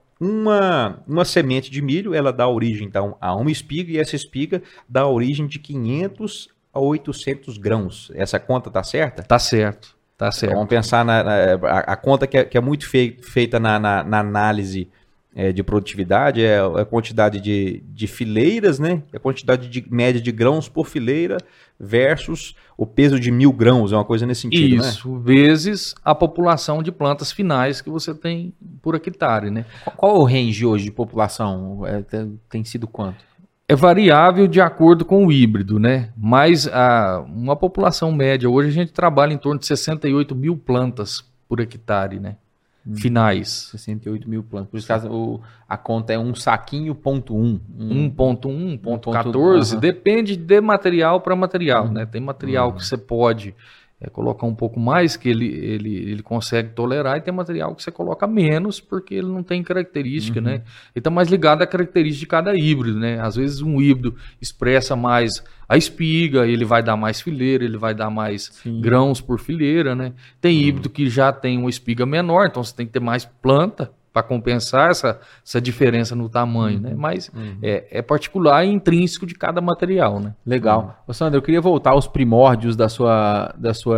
B: uma semente de milho, ela dá origem, então, a uma espiga, e essa espiga dá origem de 500 a 800 grãos. Essa conta tá certa?
C: Tá certo, tá certo.
B: Vamos pensar a conta que é muito feita na análise de produtividade, é a quantidade de fileiras, né? A quantidade média de grãos por fileira versus o peso de 1.000 grãos, é uma coisa nesse sentido, né?
C: Isso, vezes a população de plantas finais que você tem por hectare, né?
A: Qual o range hoje de população? Tem sido quanto?
C: É variável de acordo com o híbrido, né? Mas uma população média, hoje a gente trabalha em torno de 68 mil plantas por hectare, né? Finais.
A: 68 mil plantas. Por isso a conta é um saquinho ponto 1.
C: 1.1, 1.14, depende de material para material, né? Tem material que você pode colocar um pouco mais, que ele consegue tolerar, e tem material que você coloca menos, porque ele não tem característica, né? Ele está mais ligado à característica de cada híbrido, né? Às vezes um híbrido expressa mais a espiga, ele vai dar mais fileira, ele vai dar mais grãos por fileira, né? Tem híbrido que já tem uma espiga menor, então você tem que ter mais planta para compensar essa diferença no tamanho, né? Mas é particular e intrínseco de cada material, né?
A: Legal. Ô, Sandro, eu queria voltar aos primórdios da sua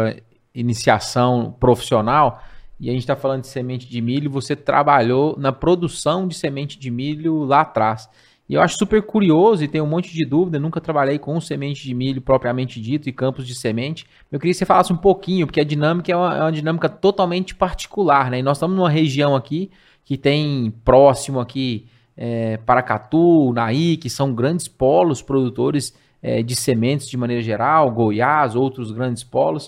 A: iniciação profissional, e a gente está falando de semente de milho. Você trabalhou na produção de semente de milho lá atrás. E eu acho super curioso e tenho um monte de dúvida. Nunca trabalhei com semente de milho propriamente dito e campos de semente. Eu queria que você falasse um pouquinho, porque a dinâmica é uma dinâmica totalmente particular, né? E nós estamos numa região aqui que tem próximo aqui Paracatu, Naí, que são grandes polos produtores de sementes de maneira geral, Goiás, outros grandes polos.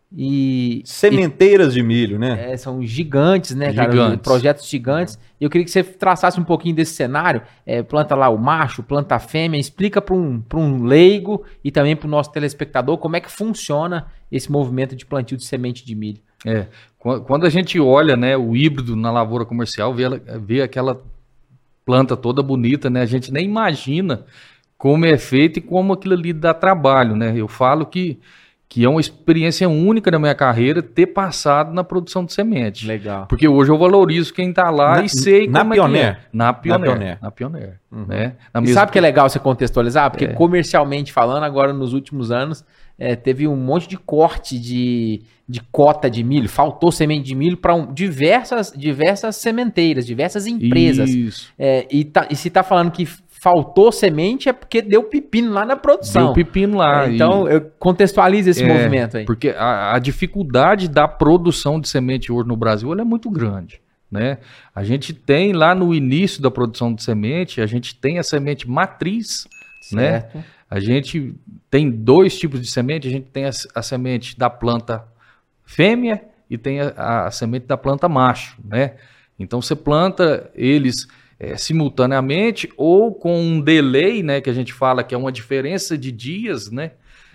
B: Sementeiras de milho, né?
A: São gigantes, né, cara?
C: Gigantes.
A: Projetos gigantes. E eu queria que você traçasse um pouquinho desse cenário. Planta lá o macho, planta a fêmea. Explica para um leigo e também para o nosso telespectador como é que funciona esse movimento de plantio de semente de milho.
C: Quando a gente olha, né, o híbrido na lavoura comercial, vê aquela planta toda bonita, né? A gente nem imagina como é feito e como aquilo ali dá trabalho, né? Eu falo que é uma experiência única na minha carreira ter passado na produção de semente.
A: Legal.
C: Porque hoje eu valorizo quem está lá e sei como é que é. Na Pioneer. Né?
A: E sabe que é legal você contextualizar? Porque comercialmente falando, agora nos últimos anos, teve um monte de corte de cota de milho. Faltou semente de milho para diversas sementeiras, diversas empresas.
C: Isso.
A: E se está falando que faltou semente é porque deu pepino lá na produção.
C: Deu pepino lá.
A: Então, contextualiza esse movimento aí.
C: Porque a dificuldade da produção de semente hoje no Brasil ela é muito grande, né? A gente tem lá no início da produção de semente, a gente tem a semente matriz,
A: certo,
C: né? A gente tem dois tipos de semente, a gente tem a semente da planta fêmea e tem a semente da planta macho, né? Então você planta eles simultaneamente ou com um delay, né, que a gente fala que é uma diferença de dias, né?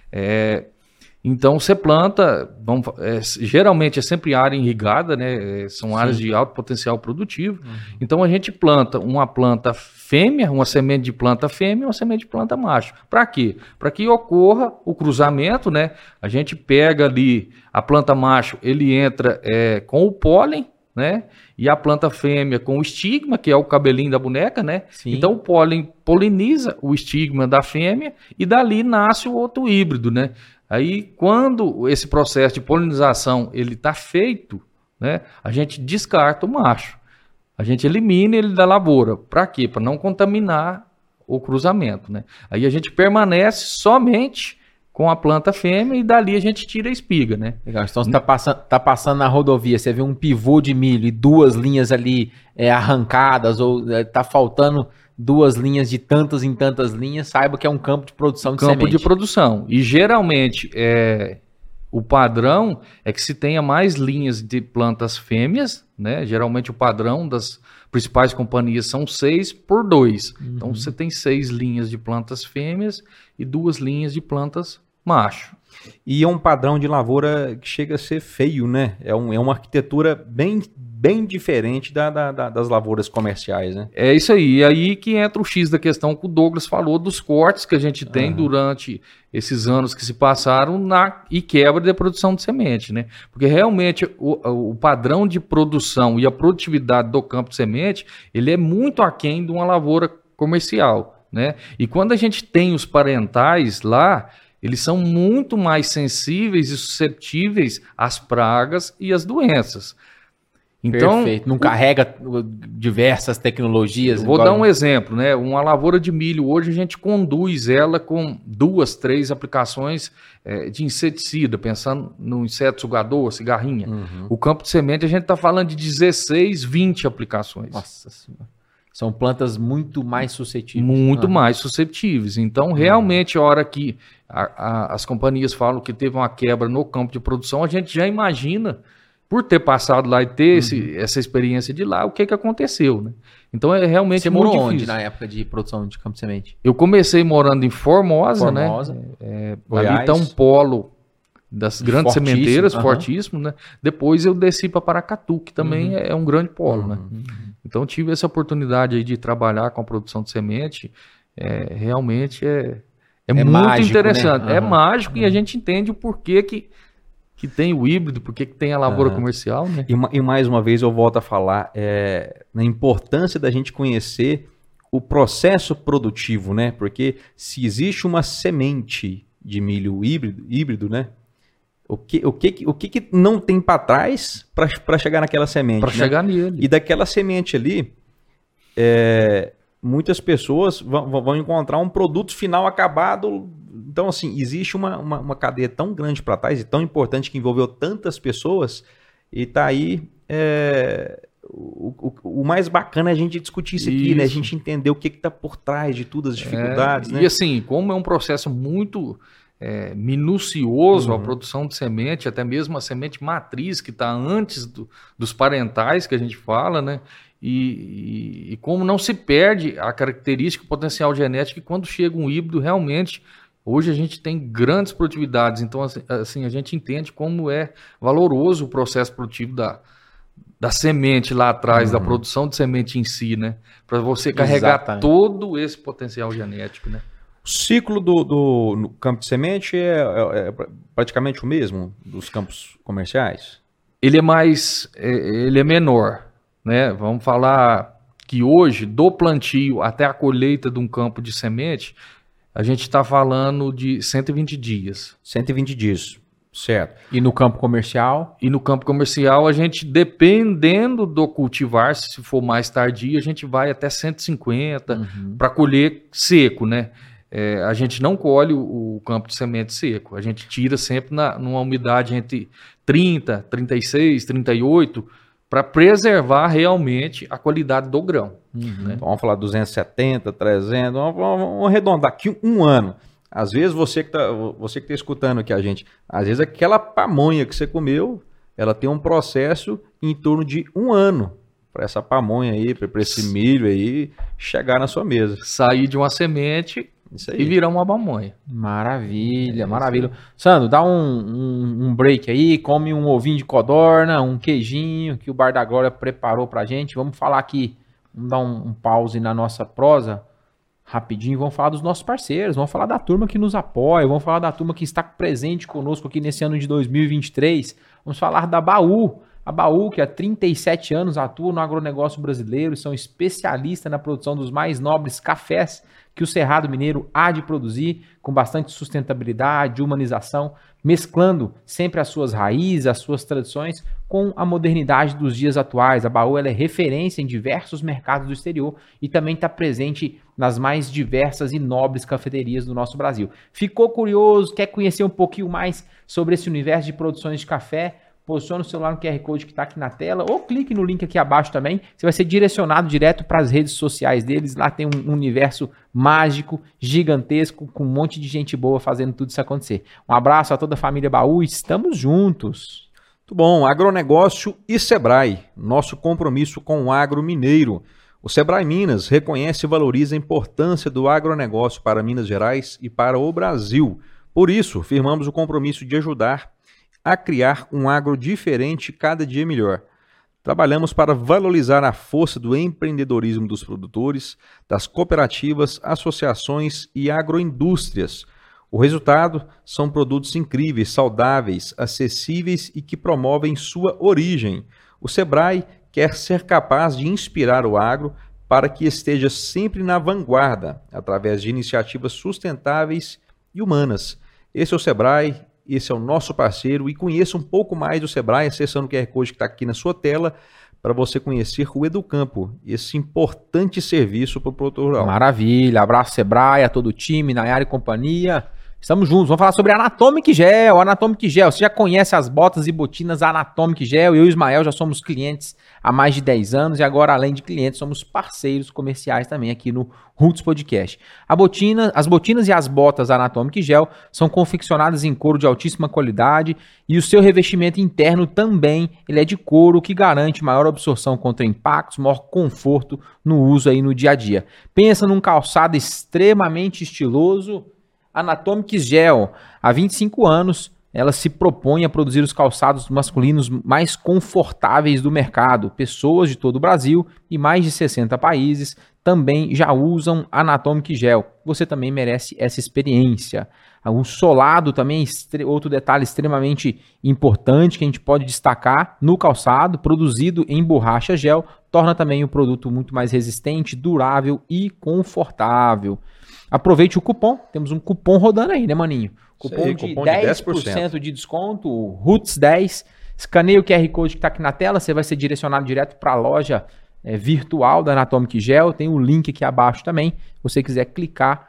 C: Então você planta, geralmente é sempre área irrigada, né? São áreas de alto potencial produtivo. Então a gente planta uma planta fêmea, uma semente de planta fêmea e uma semente de planta macho. Para quê? Para que ocorra o cruzamento, né? A gente pega ali a planta macho, ele entra com o pólen, né? E a planta fêmea com o estigma, que é o cabelinho da boneca, né?
A: Sim.
C: Então o pólen poliniza o estigma da fêmea e dali nasce o outro híbrido, né? Aí quando esse processo de polinização ele está feito, né? A gente descarta o macho, a gente elimina ele da lavoura. Para quê? Para não contaminar o cruzamento, né? Aí a gente permanece somente com a planta fêmea e dali a gente tira a espiga, né?
A: Legal. Então você tá passando na rodovia, você vê um pivô de milho e 2 linhas ali arrancadas, ou tá faltando 2 linhas de tantas em tantas linhas, saiba que é um campo de produção de semente.
C: Campo de produção. E geralmente o padrão é que se tenha mais linhas de plantas fêmeas, né? Geralmente o padrão das principais companhias são 6 por 2. Então você tem 6 linhas de plantas fêmeas e 2 linhas de plantas macho.
B: E é um padrão de lavoura que chega a ser feio, né? É uma arquitetura bem diferente das lavouras comerciais, né?
C: É isso aí. E aí que entra o X da questão que o Douglas falou dos cortes que a gente tem durante esses anos que se passaram e quebra da produção de semente, né? Porque realmente o padrão de produção e a produtividade do campo de semente, ele é muito aquém de uma lavoura comercial, né? E quando a gente tem os parentais lá, eles são muito mais sensíveis e suscetíveis às pragas e às doenças. Então,
A: perfeito. Não carrega diversas tecnologias.
C: Vou dar um exemplo, né? Uma lavoura de milho hoje a gente conduz ela com 2, 3 aplicações de inseticida, pensando no inseto sugador, cigarrinha. O campo de semente a gente está falando de 16, 20 aplicações.
A: Nossa Senhora. São plantas muito mais suscetíveis.
C: Muito mais suscetíveis. Então, realmente, a hora que as companhias falam que teve uma quebra no campo de produção, a gente já imagina, por ter passado lá e ter essa experiência de lá, o que aconteceu, né? Então, é realmente
A: Você
C: muito
A: morou
C: difícil.
A: onde na época de produção de campo de semente?
C: Eu comecei morando em Formosa. Né?
A: Goiás.
C: Ali está um polo das grandes
A: Fortíssimo,
C: sementeiras, fortíssimo, né? Depois eu desci para Paracatu, que também é um grande polo, né? Então tive essa oportunidade aí de trabalhar com a produção de semente, realmente é muito
A: mágico,
C: interessante.
A: né?
C: É mágico e a gente entende o porquê que tem o híbrido, porquê que tem a lavoura comercial, né?
B: E mais uma vez eu volto a falar na importância da gente conhecer o processo produtivo, né? Porque se existe uma semente de milho híbrido, né? O que não tem para trás para chegar naquela semente?
C: Para chegar nele.
B: E daquela semente ali, muitas pessoas vão encontrar um produto final acabado. Então, assim, existe uma cadeia tão grande para trás e tão importante que envolveu tantas pessoas. E tá aí. O mais bacana é a gente discutir isso aqui, né? A gente entender o que está por trás de tudo, as dificuldades, né?
C: E assim, como é um processo muito minucioso a produção de semente, até mesmo a semente matriz que está antes dos parentais que a gente fala, né? E como não se perde a característica, o potencial genético, e quando chega um híbrido, realmente, hoje a gente tem grandes produtividades. Então, assim, a gente entende como é valoroso o processo produtivo da semente lá atrás, da produção de semente em si, né? Para você carregar todo esse potencial genético, né?
B: O ciclo no campo de semente é praticamente o mesmo dos campos comerciais?
C: Ele é menor, né? Vamos falar que hoje, do plantio até a colheita de um campo de semente, a gente está falando de 120 dias.
B: 120 dias, certo.
A: E no campo comercial?
C: E no campo comercial, a gente, dependendo do cultivar, se for mais tardio, a gente vai até 150 para colher seco, né? A gente não colhe o campo de semente seco. A gente tira sempre numa umidade entre 30, 36, 38, para preservar realmente a qualidade do grão. Né?
B: Então, vamos falar 270, 300, vamos arredondar aqui um ano. Às vezes você que está escutando aqui a gente, às vezes aquela pamonha que você comeu, ela tem um processo em torno de um ano para essa pamonha aí, para esse milho aí chegar na sua mesa.
C: Sair de uma semente e virar uma pamonha.
A: Maravilha, maravilha. Sandro, dá um break aí, come um ovinho de codorna, um queijinho que o Bar da Glória preparou pra gente. Vamos falar aqui, vamos dar um pause na nossa prosa rapidinho, vamos falar dos nossos parceiros, vamos falar da turma que nos apoia, vamos falar da turma que está presente conosco aqui nesse ano de 2023. Vamos falar da Baú. A Baú, que há 37 anos atua no agronegócio brasileiro e são especialistas na produção dos mais nobres cafés que o Cerrado Mineiro há de produzir, com bastante sustentabilidade, humanização, mesclando sempre as suas raízes, as suas tradições, com a modernidade dos dias atuais. A Baú ela é referência em diversos mercados do exterior e também está presente nas mais diversas e nobres cafeterias do nosso Brasil. Ficou curioso, quer conhecer um pouquinho mais sobre esse universo de produções de café? Posicione o celular no QR Code que está aqui na tela ou clique no link aqui abaixo também. Você vai ser direcionado direto para as redes sociais deles. Lá tem um universo mágico, gigantesco, com um monte de gente boa fazendo tudo isso acontecer. Um abraço a toda a família Baú. Estamos juntos.
B: Muito bom. Agronegócio e Sebrae. Nosso compromisso com o agro mineiro. O Sebrae Minas reconhece e valoriza a importância do agronegócio para Minas Gerais e para o Brasil. Por isso, firmamos o compromisso de ajudar a criar um agro diferente cada dia melhor. Trabalhamos para valorizar a força do empreendedorismo dos produtores, das cooperativas, associações e agroindústrias. O resultado são produtos incríveis, saudáveis, acessíveis e que promovem sua origem. O Sebrae quer ser capaz de inspirar o agro para que esteja sempre na vanguarda, através de iniciativas sustentáveis e humanas. Esse é o Sebrae. Esse é o nosso parceiro e conheça um pouco mais do Sebrae acessando o QR Code que está aqui na sua tela para você conhecer o Educampo, esse importante serviço para o produtor rural.
A: Maravilha, abraço Sebrae, a todo o time, Nayara e companhia. Estamos juntos, vamos falar sobre Anatomic Gel. Anatomic Gel, você já conhece as botas e botinas Anatomic Gel? Eu e o Ismael já somos clientes há mais de 10 anos e agora, além de clientes, somos parceiros comerciais também aqui no Roots Podcast. As botinas e as botas Anatomic Gel são confeccionadas em couro de altíssima qualidade e o seu revestimento interno também ele é de couro, que garante maior absorção contra impactos, maior conforto no uso aí no dia a dia. Pensa num calçado extremamente estiloso. Anatomic Gel, há 25 anos, ela se propõe a produzir os calçados masculinos mais confortáveis do mercado. Pessoas de todo o Brasil e mais de 60 países também já usam Anatomic Gel. Você também merece essa experiência. O solado também é outro detalhe extremamente importante que a gente pode destacar no calçado, produzido em borracha gel, torna também o produto muito mais resistente, durável e confortável. Aproveite o cupom, temos um cupom rodando aí, né, maninho? Cupom
B: aí,
A: de
B: cupom de
A: 10% de desconto, ROOTS10. Escaneie o QR Code que está aqui na tela, você vai ser direcionado direto para a loja virtual da Anatomic Gel. Tem o link aqui abaixo também. Se você quiser clicar,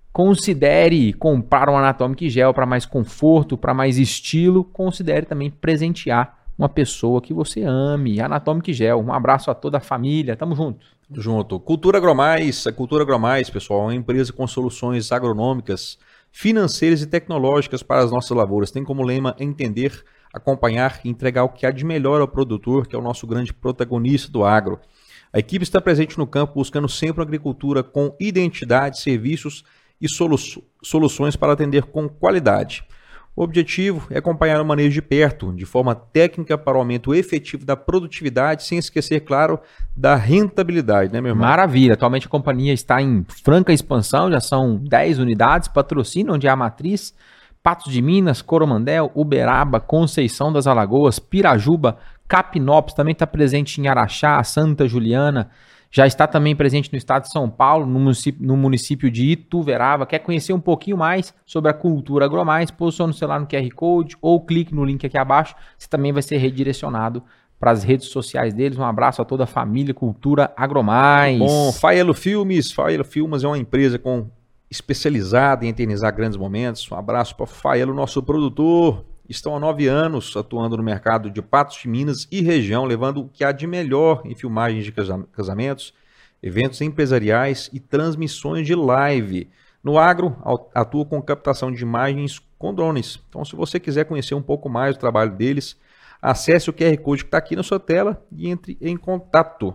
A: considere comprar um Anatomic Gel para mais conforto, para mais estilo. Considere também presentear uma pessoa que você ame. Anatomic Gel. Um abraço a toda a família. Tamo junto.
B: Junto. Cultura Agromais. A Cultura Agromais, pessoal, é uma empresa com soluções agronômicas, financeiras e tecnológicas para as nossas lavouras. Tem como lema entender, acompanhar e entregar o que há de melhor ao produtor, que é o nosso grande protagonista do agro. A equipe está presente no campo buscando sempre uma agricultura com identidade, serviços e soluções para atender com qualidade. O objetivo é acompanhar o manejo de perto, de forma técnica para o aumento efetivo da produtividade, sem esquecer, claro, da rentabilidade, né, meu irmão?
A: Maravilha. Atualmente a companhia está em franca expansão, já são 10 unidades, patrocina onde é a matriz, Patos de Minas, Coromandel, Uberaba, Conceição das Alagoas, Pirajuba, Capinópolis, também está presente em Araxá, Santa Juliana, já está também presente no estado de São Paulo, no município de Ituverava. Quer conhecer um pouquinho mais sobre a Cultura Agromais? Posicione o celular no QR Code ou clique no link aqui abaixo. Você também vai ser redirecionado para as redes sociais deles. Um abraço a toda a família Cultura Agromais.
B: Bom, Faelo Filmes. Faelo Filmes é uma empresa especializada em eternizar grandes momentos. Um abraço para o Faelo, nosso produtor. Estão há 9 anos atuando no mercado de Patos de Minas e região, levando o que há de melhor em filmagens de casamentos, eventos empresariais e transmissões de live. No agro, atua com captação de imagens com drones. Então, se você quiser conhecer um pouco mais do trabalho deles, acesse o QR Code que está aqui na sua tela e entre em contato.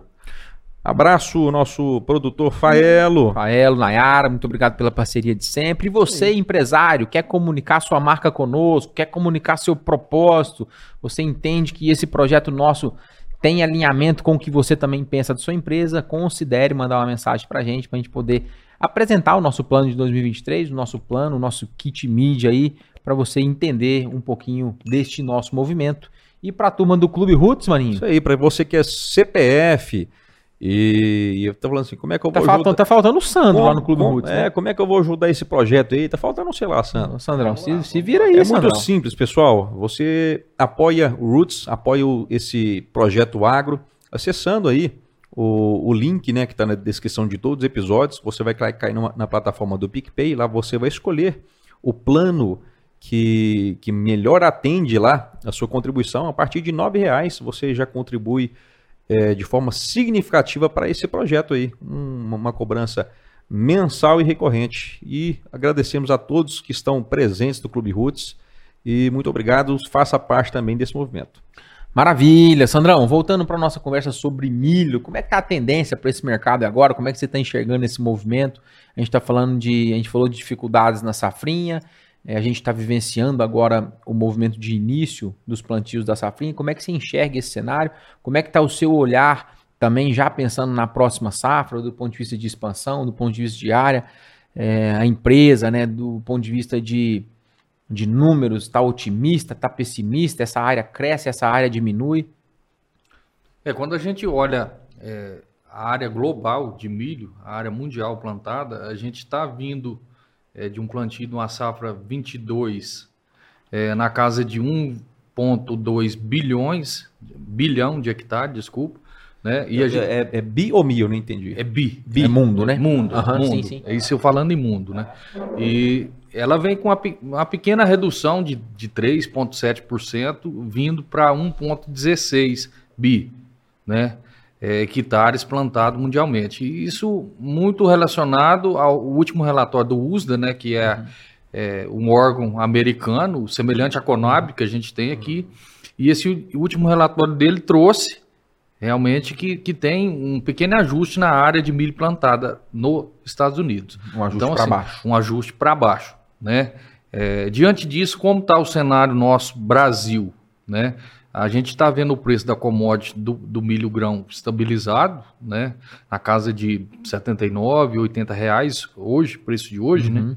B: Abraço, nosso produtor Faelo.
A: Faelo, Nayara, muito obrigado pela parceria de sempre. E você, empresário, quer comunicar sua marca conosco, quer comunicar seu propósito, você entende que esse projeto nosso tem alinhamento com o que você também pensa da sua empresa, considere mandar uma mensagem para a gente poder apresentar o nosso plano de 2023, o nosso plano, o nosso kit mídia aí, para você entender um pouquinho deste nosso movimento E para a turma do Clube Roots, maninho?
B: Isso aí, para você que é CPF e eu tô falando assim, como é que eu vou ajudar?
A: Tá faltando o Sandro lá no Clube Roots, né?
B: Como é que eu vou ajudar esse projeto aí? Tá faltando, sei lá, Sandro.
A: Sandrão, se vira aí, Sandrão.
B: Muito simples, pessoal. Você apoia o Roots, apoia esse projeto agro, acessando aí o link, né, que está na descrição de todos os episódios. Você vai cair na plataforma do PicPay, lá você vai escolher o plano que melhor atende lá a sua contribuição. A partir de R$ 9,00 você já contribui de forma significativa para esse projeto aí, uma cobrança mensal e recorrente. E agradecemos a todos que estão presentes do Clube Roots e muito obrigado, faça parte também desse movimento.
A: Maravilha, Sandrão, voltando para a nossa conversa sobre milho, como é que está a tendência para esse mercado agora? Como é que você está enxergando esse movimento? A gente falou de dificuldades na safrinha, a gente está vivenciando agora o movimento de início dos plantios da safrinha. Como é que você enxerga esse cenário? Como é que está o seu olhar também já pensando na próxima safra, do ponto de vista de expansão, do ponto de vista de área, a empresa, né, do ponto de vista de números, está otimista, está pessimista, essa área cresce, essa área diminui?
C: Quando a gente olha a área global de milho, a área mundial plantada, a gente está vindo de um plantio de uma safra 22 na casa de 1,2 bilhão de hectares, desculpa. Né? E
B: é bi ou mi? Eu não entendi.
C: É bi.
A: É mundo, né?
C: Mundo.
A: Sim, sim.
C: É isso eu falando em mundo, né? E ela vem com uma pequena redução de 3,7%, vindo para 1,16 bi, né? Hectares plantados mundialmente. E isso muito relacionado ao último relatório do USDA, né? Que é um órgão americano, semelhante à Conab, que a gente tem aqui. E esse último relatório dele trouxe realmente que tem um pequeno ajuste na área de milho plantada nos Estados Unidos.
A: Um ajuste para baixo.
C: Um ajuste para baixo, né? Diante disso, como está o cenário nosso Brasil, né? A gente está vendo o preço da commodity do milho grão estabilizado, né? Na casa de R$ 79, R$ 80 hoje, preço de hoje, né?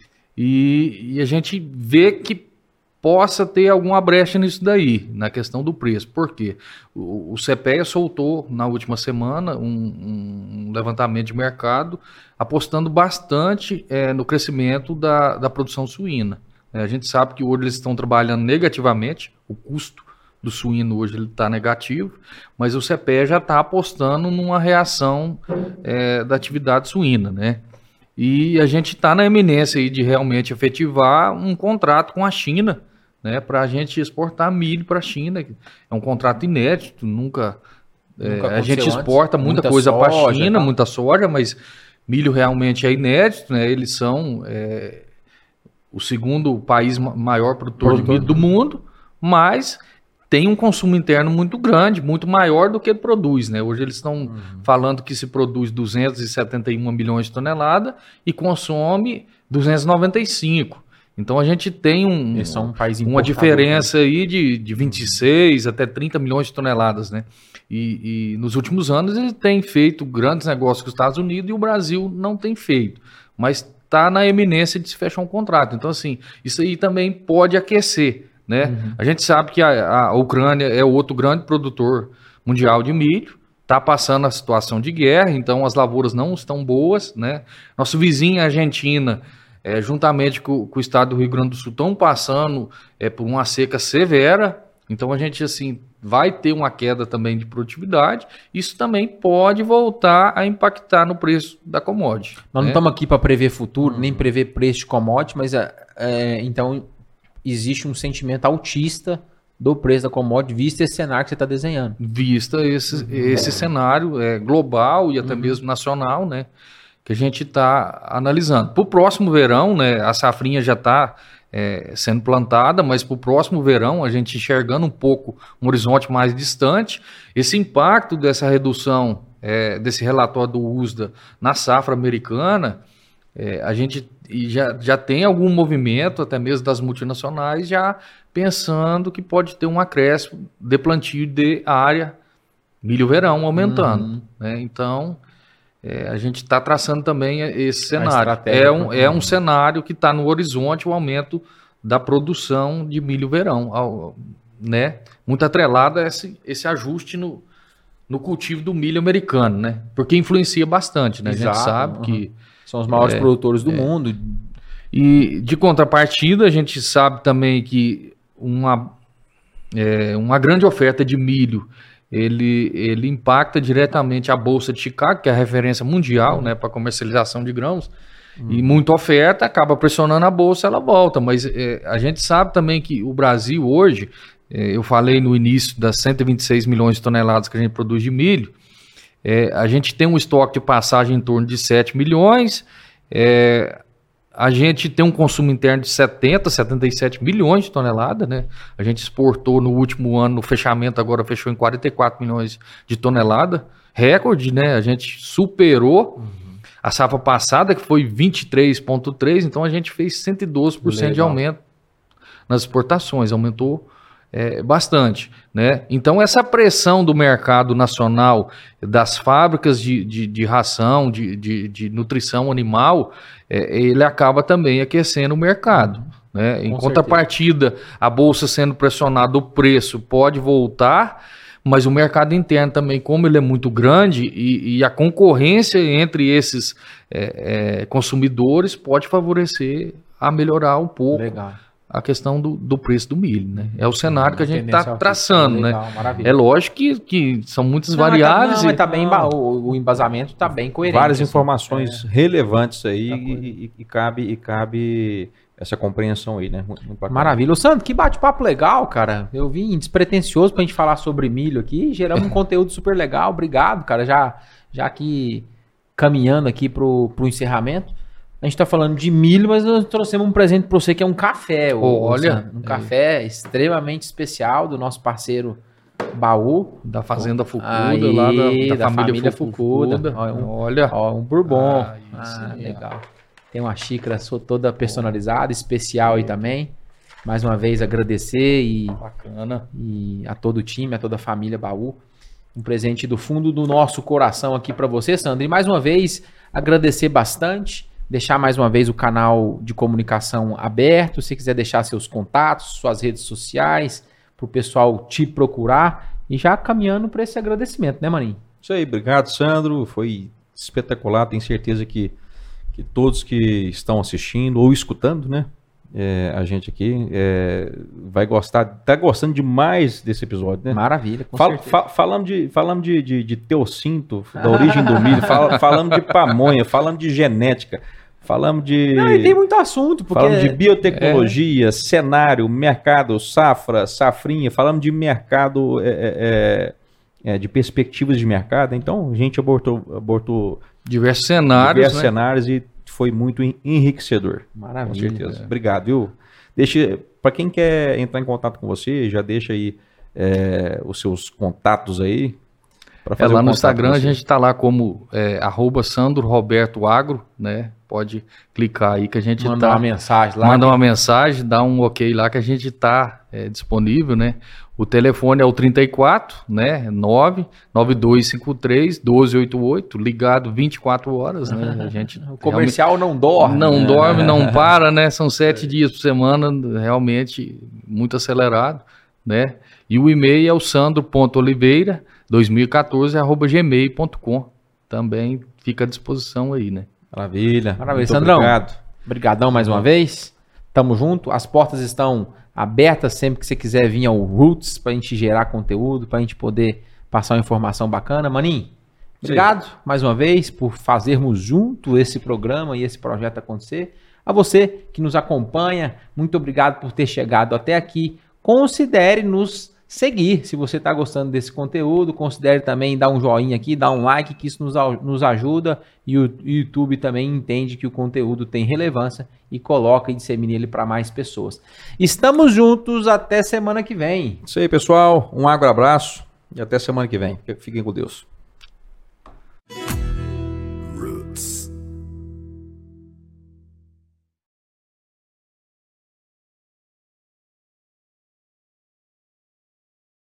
C: E a gente vê que possa ter alguma brecha nisso daí, na questão do preço. Por quê? O CPEA soltou na última semana um levantamento de mercado apostando bastante no crescimento da produção suína. A gente sabe que hoje eles estão trabalhando negativamente, o custo do suíno hoje ele está negativo, mas o CPEA já está apostando numa reação da atividade suína, né? E a gente está na eminência aí de realmente efetivar um contrato com a China, né, para a gente exportar milho para a China. É um contrato inédito, nunca a gente exporta muita coisa para a China, muita soja, mas milho realmente é inédito, né? Eles são o segundo país maior produtor de milho do mundo, mas tem um consumo interno muito grande, muito maior do que produz, né? Hoje eles estão falando que se produz 271 milhões de toneladas e consome 295. Então a gente tem uma diferença aí de 26 até 30 milhões de toneladas, né? E nos últimos anos ele tem feito grandes negócios com os Estados Unidos e o Brasil não tem feito, mas está na eminência de se fechar um contrato. Então assim, isso aí também pode aquecer, né? A gente sabe que a Ucrânia é outro grande produtor mundial de milho, está passando a situação de guerra, então as lavouras não estão boas, né? Nosso vizinho, a Argentina, juntamente com o estado do Rio Grande do Sul, estão passando por uma seca severa, então a gente assim vai ter uma queda também de produtividade, isso também pode voltar a impactar no preço da commodity.
A: Nós não estamos aqui para prever futuro, nem prever preço de commodity, mas então existe um sentimento altista do preço da commodity, vista esse cenário que você está desenhando.
C: Vista esse cenário global e até mesmo nacional, né? Que a gente está analisando. Para o próximo verão, né, a safrinha já está sendo plantada, mas para o próximo verão, a gente enxergando um pouco um horizonte mais distante, esse impacto dessa redução desse relatório do USDA na safra americana, a gente já tem algum movimento, até mesmo das multinacionais, já pensando que pode ter um acréscimo de plantio de área milho-verão aumentando. Né? Então, a gente está traçando também esse cenário. É um cenário que está no horizonte o aumento da produção de milho-verão né, muito atrelada a esse ajuste no cultivo do milho americano, né? Porque influencia bastante, né?
A: Exato,
C: a gente sabe que
A: são os maiores produtores do mundo.
C: E de contrapartida, a gente sabe também que uma grande oferta de milho, ele impacta diretamente a Bolsa de Chicago, que é a referência mundial, né, para comercialização de grãos, e muita oferta acaba pressionando a Bolsa, ela volta, mas a gente sabe também que o Brasil hoje, eu falei no início das 126 milhões de toneladas que a gente produz de milho, a gente tem um estoque de passagem em torno de 7 milhões, a gente tem um consumo interno de 77 milhões de toneladas, né? A gente exportou no último ano, no fechamento agora fechou em 44 milhões de toneladas, recorde, né? A gente superou a safra passada, que foi 23,3, então a gente fez 112% de aumento nas exportações, aumentou bastante, né? Então essa pressão do mercado nacional, das fábricas de ração, de nutrição animal, ele acaba também aquecendo o mercado, né? Em contrapartida, a bolsa sendo pressionada, o preço pode voltar, mas o mercado interno também, como ele é muito grande e a concorrência entre esses consumidores pode favorecer a melhorar um pouco. Legal. A questão do preço do milho, né? É o cenário que a gente está traçando, legal, né? Maravilha. É lógico que são muitas variáveis.
A: Mas tá bem, o embasamento está bem coerente.
B: Várias informações relevantes aí e cabe essa compreensão aí, né? Muito
A: maravilha. Ô, Sandro, que bate-papo legal, cara. Eu vim despretensioso pra gente falar sobre milho aqui, geramos um conteúdo super legal. Obrigado, cara. Já aqui caminhando aqui pro encerramento. A gente tá falando de milho, mas nós trouxemos um presente para você que é um café.
C: Olha,
A: um café extremamente especial do nosso parceiro Baú.
C: Da Fazenda Fucuda, lá da família Fucuda.
A: Olha, um bourbon. Legal. Tem uma xícara toda personalizada, especial aí também. Mais uma vez agradecer
C: bacana.
A: E a todo o time, a toda a família Baú. Um presente do fundo do nosso coração aqui para você, Sandro. E mais uma vez agradecer bastante. Deixar mais uma vez o canal de comunicação aberto, se quiser deixar seus contatos, suas redes sociais, para o pessoal te procurar. E já caminhando para esse agradecimento, né, Maninho?
B: Isso aí, obrigado, Sandro. Foi espetacular, tenho certeza que todos que estão assistindo ou escutando, né, a gente aqui vai gostar, tá gostando demais desse episódio, né?
A: Maravilha, com
B: certeza. Falamos de teocinto, da origem do milho, falamos de pamonha, falamos de genética. Falamos de...
A: Não, e tem muito assunto. Porque...
B: Falamos de biotecnologia, cenário, mercado, safrinha. Falamos de mercado, de perspectivas de mercado. Então, a gente abortou
C: diversos cenários,
B: e foi muito enriquecedor.
A: Maravilha.
B: Com certeza. Obrigado, viu? Para quem quer entrar em contato com você, já deixa aí os seus contatos aí.
C: Lá no Instagram a gente está lá como @SandroRobertoAgro, né? Pode clicar aí que a gente
A: manda uma mensagem lá.
C: Manda uma mensagem, dá um ok lá que a gente está disponível, né? O telefone é o 34, né? 99253-1288, ligado 24 horas, né? A gente
A: o comercial não dorme.
C: Não dorme, não para, né? São 7 dias por semana, realmente muito acelerado, né? E o e-mail é o sandro.oliveira2014@gmail.com. Também fica à disposição aí, né?
B: Maravilha.
A: Sandrão. Obrigadão mais uma vez. Tamo junto. As portas estão abertas sempre que você quiser vir ao Roots pra gente gerar conteúdo, pra gente poder passar uma informação bacana. Maninho, obrigado mais uma vez por fazermos junto esse programa e esse projeto acontecer. A você que nos acompanha, muito obrigado por ter chegado até aqui. Considere nos seguir, se você está gostando desse conteúdo, considere também dar um joinha aqui, dar um like, que isso nos ajuda e o YouTube também entende que o conteúdo tem relevância e coloca e dissemina ele para mais pessoas. Estamos juntos até semana que vem.
B: Isso aí, pessoal, um abraço e até semana que vem. Fiquem com Deus.